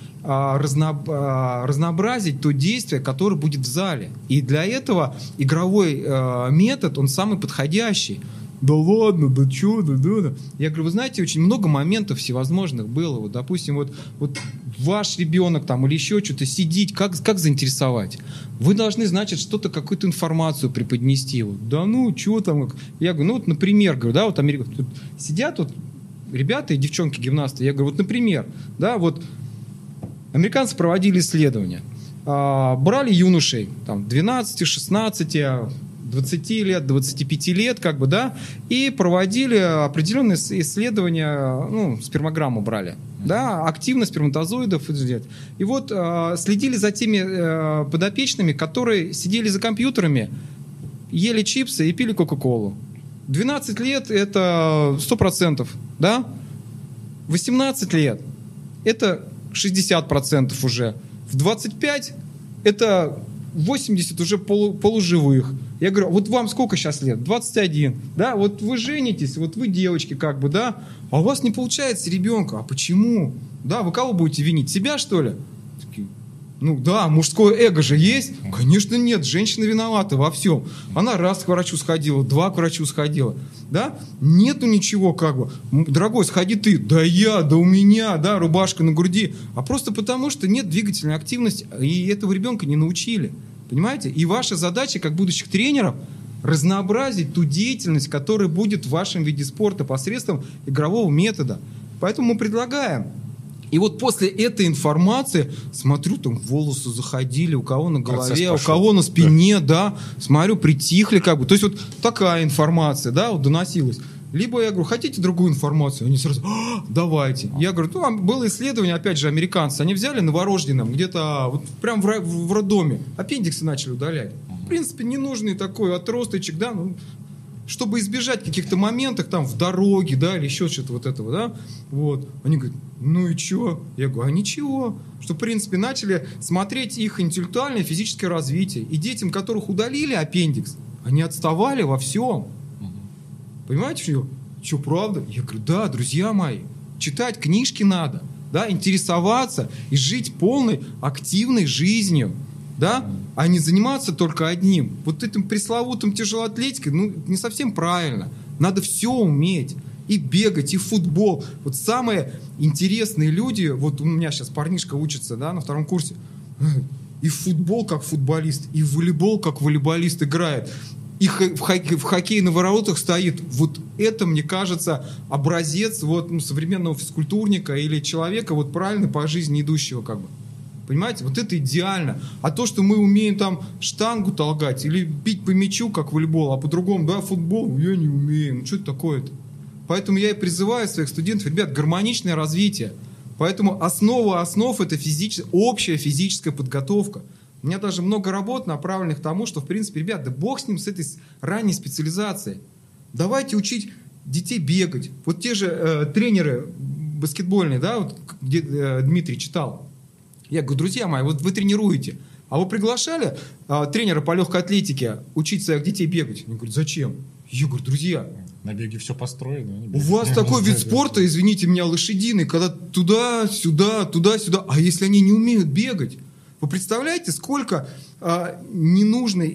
разнообразить то действие, которое будет в зале. И для этого игровой метод, он самый подходящий. Да ладно, да что, да. Я говорю, вы знаете, очень много моментов всевозможных было. Вот, допустим, вот ваш ребенок там или еще что-то сидеть, как заинтересовать? Вы должны, значит, что-то, какую-то информацию преподнести. Вот, да ну, что там? Я говорю, ну вот, например, говорю, да, вот тут сидят вот ребята и девчонки-гимнасты. Я говорю, вот, например, да, вот американцы проводили исследования. Брали юношей, там, 12, 16, 20 лет, 25 лет, как бы, да, и проводили определенные исследования, ну, спермограмму брали, да, активность сперматозоидов. И вот следили за теми подопечными, которые сидели за компьютерами, ели чипсы и пили Кока-Колу. 12 лет – это 100%, да? 18 лет это 60% уже. В 25 это 80 уже полуживых. Я говорю, вот вам сколько сейчас лет? 21. Да, вот вы женитесь, вот вы девочки как бы, да, а у вас не получается ребенка. А почему? Да, вы кого будете винить? Себя, что ли? Такие, ну да, мужское эго же есть. Конечно, нет, женщина виновата во всем. Она раз к врачу сходила, два к врачу сходила. Да? Нету ничего как бы. Дорогой, сходи ты. Да я, да у меня, да, рубашка на груди. А просто потому, что нет двигательной активности, и этого ребенка не научили. Понимаете? И ваша задача, как будущих тренеров, разнообразить ту деятельность, которая будет в вашем виде спорта посредством игрового метода. Поэтому мы предлагаем. И вот после этой информации, смотрю, там волосы заходили, у кого на голове, у кого на спине, да, смотрю, притихли как бы. То есть вот такая информация, да, вот доносилась. Либо я говорю, хотите другую информацию? Они сразу, давайте. Я говорю, ну, было исследование, опять же, американцы. Они взяли новорожденным, где-то вот прям в роддоме, аппендиксы начали удалять. В принципе, ненужный такой отросточек, да, ну, чтобы избежать каких-то моментов там в дороге, да, или еще что-то вот этого, да, вот. Они говорят, ну и что? Я говорю, а ничего. Что, в принципе, начали смотреть их интеллектуальное и физическое развитие. И детям, которых удалили аппендикс, они отставали во всем. Понимаете, что правда? Я говорю, да, друзья мои, читать книжки надо, да, интересоваться и жить полной активной жизнью, да, а не заниматься только одним. Вот этим пресловутым тяжелоатлетикой, ну, не совсем правильно. Надо все уметь. И бегать, и футбол. Вот самые интересные люди, вот у меня сейчас парнишка учится, да, на 2 курсе, и в футбол как футболист, и в волейбол как волейболист играет. И в хоккей на воротах стоит. Вот это, мне кажется, образец вот, ну, современного физкультурника или человека вот правильно по жизни идущего как бы. Понимаете? Вот это идеально. А то, что мы умеем там штангу толкать или бить по мячу, как волейбол, а по-другому, да, футбол, я не умею. Ну, что это такое-то? Поэтому я и призываю своих студентов, ребят, гармоничное развитие. Поэтому основа основ – это общая физическая подготовка. У меня даже много работ, направленных к тому, что, в принципе, ребят, да бог с ним, с этой ранней специализацией. Давайте учить детей бегать. Вот те же тренеры баскетбольные, да, вот, где Дмитрий читал. Я говорю, друзья мои, вот вы тренируете, а вы приглашали тренера по легкой атлетике учить своих детей бегать? Они говорят, зачем? Я говорю, друзья, на беге все построено. У вас такой вид спорта, извините меня, лошадиный, когда туда-сюда, туда-сюда. А если они не умеют бегать? Вы представляете, сколько нужной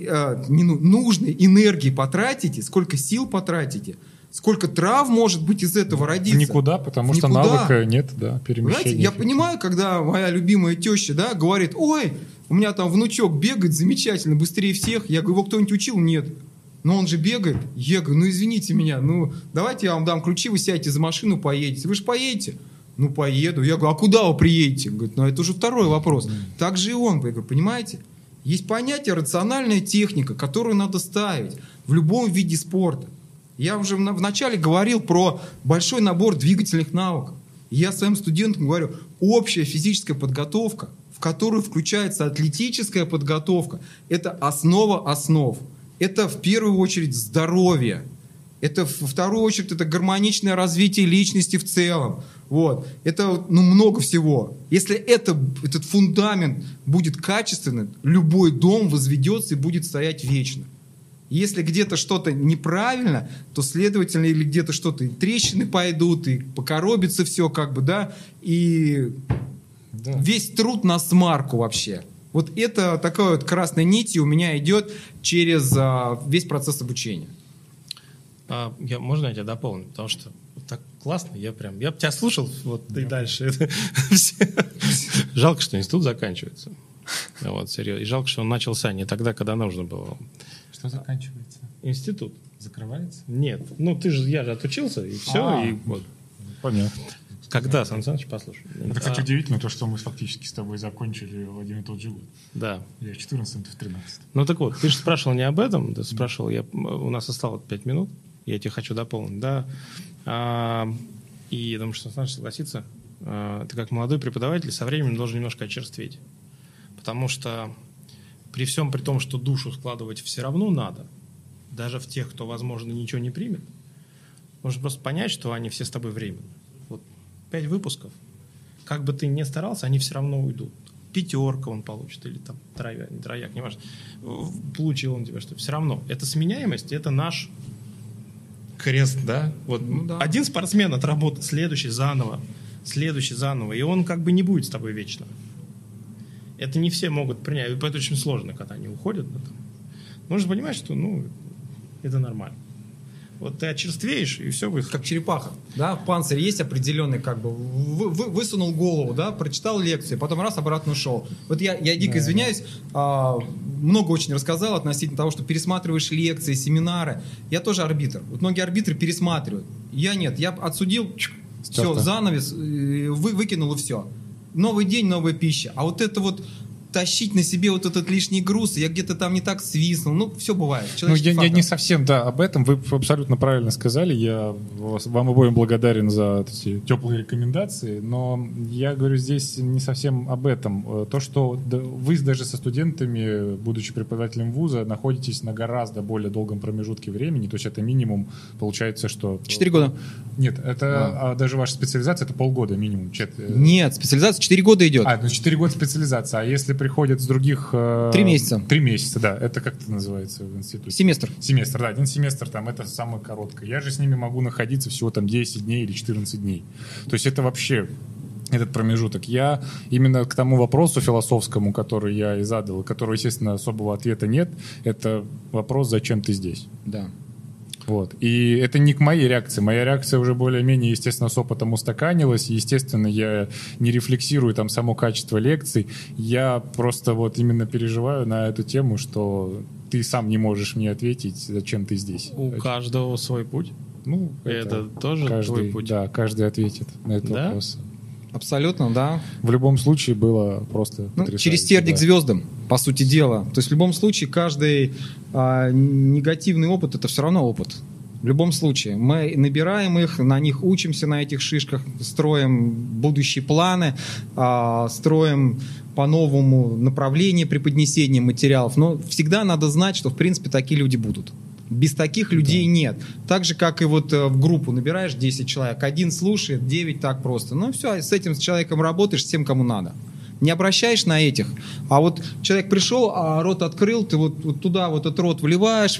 энергии потратите, сколько сил потратите, сколько трав может быть из этого родиться? Никуда, потому что навыка нет, да, перемещения. Знаете, я понимаю, когда моя любимая теща, да, говорит, ой, у меня там внучок бегает замечательно, быстрее всех. Я говорю, его кто-нибудь учил? Нет. Но он же бегает. Я говорю, ну извините меня, ну давайте я вам дам ключи, вы сядете за машину, поедете. Вы же поедете? Ну поеду. Я говорю, а куда вы приедете? Он говорит, ну это уже второй вопрос. Так же и он. Я говорю, понимаете? Есть понятие рациональная техника, которую надо ставить в любом виде спорта. Я уже вначале говорил про большой набор двигательных навыков. И я своим студентам говорю, общая физическая подготовка, в которую включается атлетическая подготовка, это основа основ. Это в первую очередь здоровье. Это во вторую очередь это гармоничное развитие личности в целом. Вот. Это много всего. Если этот фундамент будет качественным, любой дом возведется и будет стоять вечно. Если где-то что-то неправильно, то, следовательно, или где-то что-то, и трещины пойдут, и покоробится все, как бы, да, и весь труд на смарку вообще. Вот это такой вот красной нитью у меня идет через весь процесс обучения. Можно я тебя дополню? Потому что так классно, я бы тебя слушал вот и дальше. Жалко, что институт заканчивается. Вот, серьезно. И жалко, что он начался не тогда, когда нужно было. Что заканчивается? Институт. Закрывается? Нет. Ну, я же отучился, и все. И вот. Понятно. Когда, Сан Саныч, послушай. Это, кстати, удивительно, то, что мы фактически с тобой закончили в один и тот же год. Да. Я в 14-м, ты в 13-м. Ну, так вот, ты же спрашивал не об этом, ты спрашивал, у нас осталось 5 минут, я тебе хочу дополнить, да. И я думаю, что Сан Саныч согласится, ты как молодой преподаватель со временем должен немножко очерстветь. Потому что при всем при том, что душу складывать все равно надо, даже в тех, кто, возможно, ничего не примет, нужно просто понять, что они все с тобой временны. 5 выпусков, как бы ты ни старался, они все равно уйдут. 5 он получит, или там трояк, неважно. Получил он тебя, что все равно. Это сменяемость, это наш крест, да? Вот один спортсмен отработает, следующий заново, и он как бы не будет с тобой вечно. Это не все могут принять, и поэтому очень сложно, когда они уходят. Нужно понимать, что, это нормально. Вот ты очерствеешь, и все выходит. Как черепаха, да, панцирь есть определенный, как бы, высунул голову, да, прочитал лекцию, потом раз, обратно ушел. Вот я дико извиняюсь, много очень рассказал относительно того, что пересматриваешь лекции, семинары. Я тоже арбитр. Вот многие арбитры пересматривают. Я нет, я отсудил, все, занавес, выкинул и все. Новый день, новая пища. А вот это вот тащить на себе вот этот лишний груз, я где-то там не так свистнул, все бывает. Я не совсем, об этом, вы абсолютно правильно сказали, я вам обоим благодарен за эти теплые рекомендации, но я говорю здесь не совсем об этом. То, что вы даже со студентами, будучи преподавателем вуза, находитесь на гораздо более долгом промежутке времени, то есть это минимум, получается, что... 4 года. Нет, это даже ваша специализация, это полгода минимум. Нет, специализация 4 года идет. 4 года специализация, а если приходят с других... 3 месяца. 3 месяца, да. Это как это называется в институте? Семестр. Семестр, да. 1 семестр там, это самое короткое. Я же с ними могу находиться всего там 10 дней или 14 дней. То есть это вообще этот промежуток. Я именно к тому вопросу философскому, который я и задал, и которого, естественно, особого ответа нет, это вопрос, зачем ты здесь? Да. Вот. И это не к моей реакции. Моя реакция уже более-менее, естественно, с опытом устаканилась. Естественно, я не рефлексирую там само качество лекций. Я просто вот именно переживаю на эту тему, что ты сам не можешь мне ответить, зачем ты здесь. У каждого свой путь. Это тоже твой путь. Да, каждый ответит на этот вопрос. Абсолютно, да. В любом случае было просто потрясающе. Через терник к звездам, по сути дела. То есть в любом случае каждый негативный опыт — это все равно опыт. В любом случае. Мы набираем их, на них учимся, на этих шишках, строим будущие планы, строим по-новому направление преподнесения материалов. Но всегда надо знать, что в принципе такие люди будут. Без таких людей нет. Так же, как и вот в группу набираешь 10 человек. 1 слушает, 9 так просто. Все, с этим человеком работаешь, с тем, кому надо. Не обращаешь на этих. А вот человек пришел, а рот открыл, ты вот туда вот этот рот вливаешь,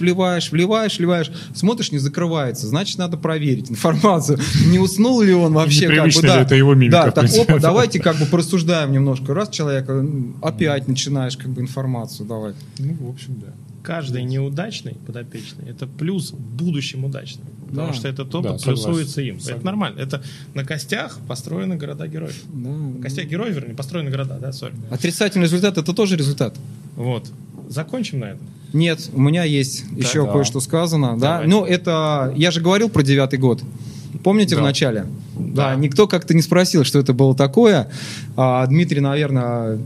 смотришь, не закрывается. Значит, надо проверить информацию. Не уснул ли он вообще? Непривычно ли это его мимика? Да, так, давайте порассуждаем немножко. Раз человек, опять начинаешь информацию давать. В общем, да. Каждый неудачный подопечный — это плюс будущим удачным. Потому что этот опыт плюсуется им. Согласен. Это нормально. Это на костях построены города-героев. На костях героев, вернее, построены города, Отрицательный результат — это тоже результат. Вот. Закончим на этом? Нет, у меня есть еще кое-что сказано. Да? Это... Я же говорил про 9-й год. Помните в начале? Да. Никто как-то не спросил, что это было такое. Дмитрий, наверное,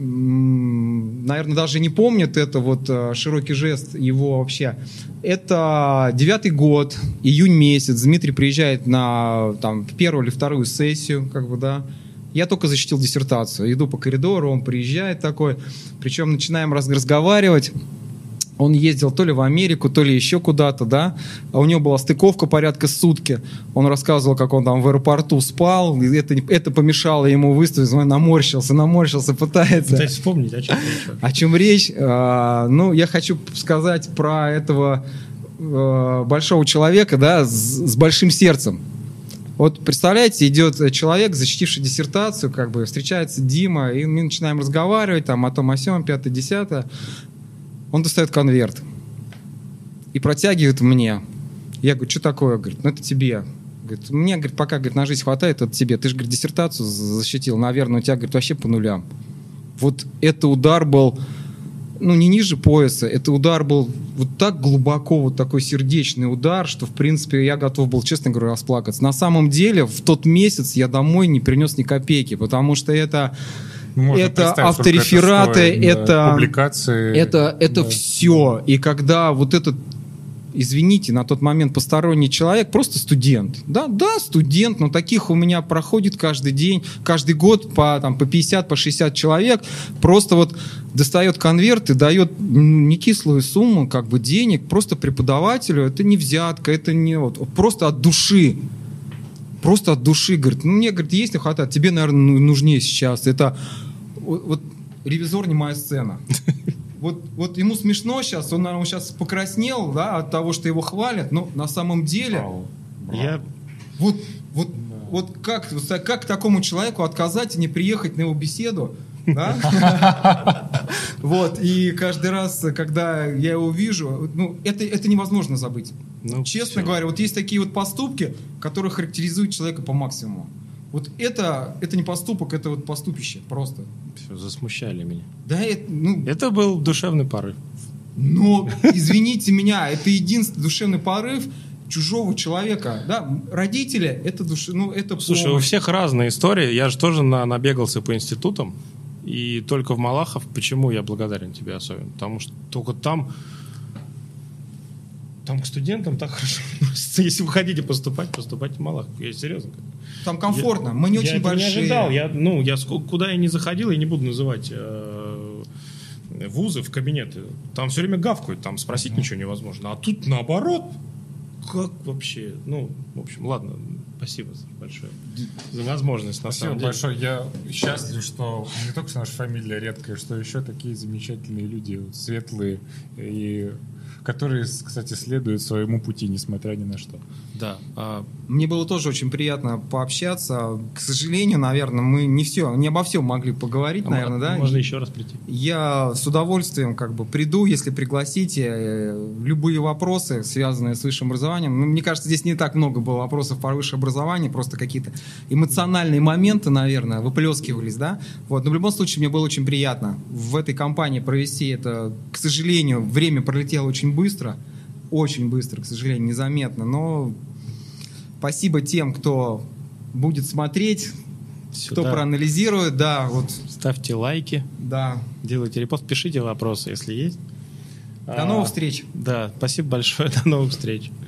даже не помнит это, широкий жест его вообще. Это 9-й год, июнь месяц. Дмитрий приезжает на 1-ю или 2-ю сессию, Я только защитил диссертацию. Иду по коридору, он приезжает такой. Причем начинаем разговаривать. Он ездил то ли в Америку, то ли еще куда-то, да. А у него была стыковка порядка сутки. Он рассказывал, как он там в аэропорту спал. Это помешало ему выставить. Он наморщился, пытается. Пытаюсь вспомнить, о чем речь. О чем речь? Я хочу сказать про этого большого человека, да, с большим сердцем. Вот представляете, идет человек, защитивший диссертацию, встречается Дима, и мы начинаем разговаривать о том, о сём, 5-10. Он достает конверт и протягивает мне. Я говорю, что такое? Говорит, это тебе. Говорит, мне, пока на жизнь хватает, это тебе. Ты же, диссертацию защитил. Наверное, у тебя, вообще по нулям. Вот это удар был, не ниже пояса. Это удар был так глубоко, такой сердечный удар, что, в принципе, я готов был, честно говоря, расплакаться. На самом деле, в тот месяц я домой не принес ни копейки, потому что это авторефераты, это публикации. Это все. И когда этот, извините, на тот момент посторонний человек, просто студент. Да, студент, но таких у меня проходит каждый день, каждый год по 50, по 60 человек. Просто достает конверт и дает некислую сумму денег просто преподавателю. Это не взятка, это не просто от души. просто от души, говорит, ну, мне, говорит, есть не хватает, тебе, наверное, нужнее сейчас. Это вот «Ревизор» не моя сцена. Вот ему смешно сейчас, он, наверное, сейчас покраснел, да, от того, что его хвалят, но на самом деле... Вот как такому человеку отказать и не приехать на его беседу? Да? Вот, и каждый раз, когда я его вижу, ну, это невозможно забыть. Ну, честно говоря, вот есть такие вот поступки, которые характеризуют человека по максимуму. Вот это не поступок, это вот поступище просто. Все, засмущали меня. Да, это был душевный порыв. Но, извините меня, это единственный душевный порыв чужого человека, да, родители, это это Слушай, помощь. У всех разные истории, я же тоже набегался по институтам, и только в Малахов, почему я благодарен тебе особенно, потому что только там к студентам так хорошо относятся, если вы хотите поступать в Малахов, я серьезно. Там комфортно, мы не очень большие. Я не ожидал, куда я не заходил, я не буду называть вузы в кабинеты, там все время гавкают, там спросить ничего невозможно, а тут наоборот. Как вообще? Ну, в общем, ладно, спасибо большое за возможность. Спасибо большое. Я счастлив, что не только наша фамилия редкая, что еще такие замечательные люди, светлые, и которые, кстати, следуют своему пути, несмотря ни на что. Да. Мне было тоже очень приятно пообщаться. К сожалению, наверное, мы не обо всем могли поговорить, наверное, да? Можно еще раз прийти. Я с удовольствием приду, если пригласите. Любые вопросы, связанные с высшим образованием. Мне кажется, здесь не так много было вопросов про высшее образование, просто какие-то эмоциональные моменты, наверное, выплескивались, да? Вот. Но в любом случае, мне было очень приятно в этой компании провести это. К сожалению, время пролетело очень быстро, к сожалению, незаметно, но спасибо тем, кто будет смотреть, кто проанализирует, да, вот. Ставьте лайки, да. Делайте репост, пишите вопросы, если есть. До новых встреч. Да, спасибо большое, до новых встреч.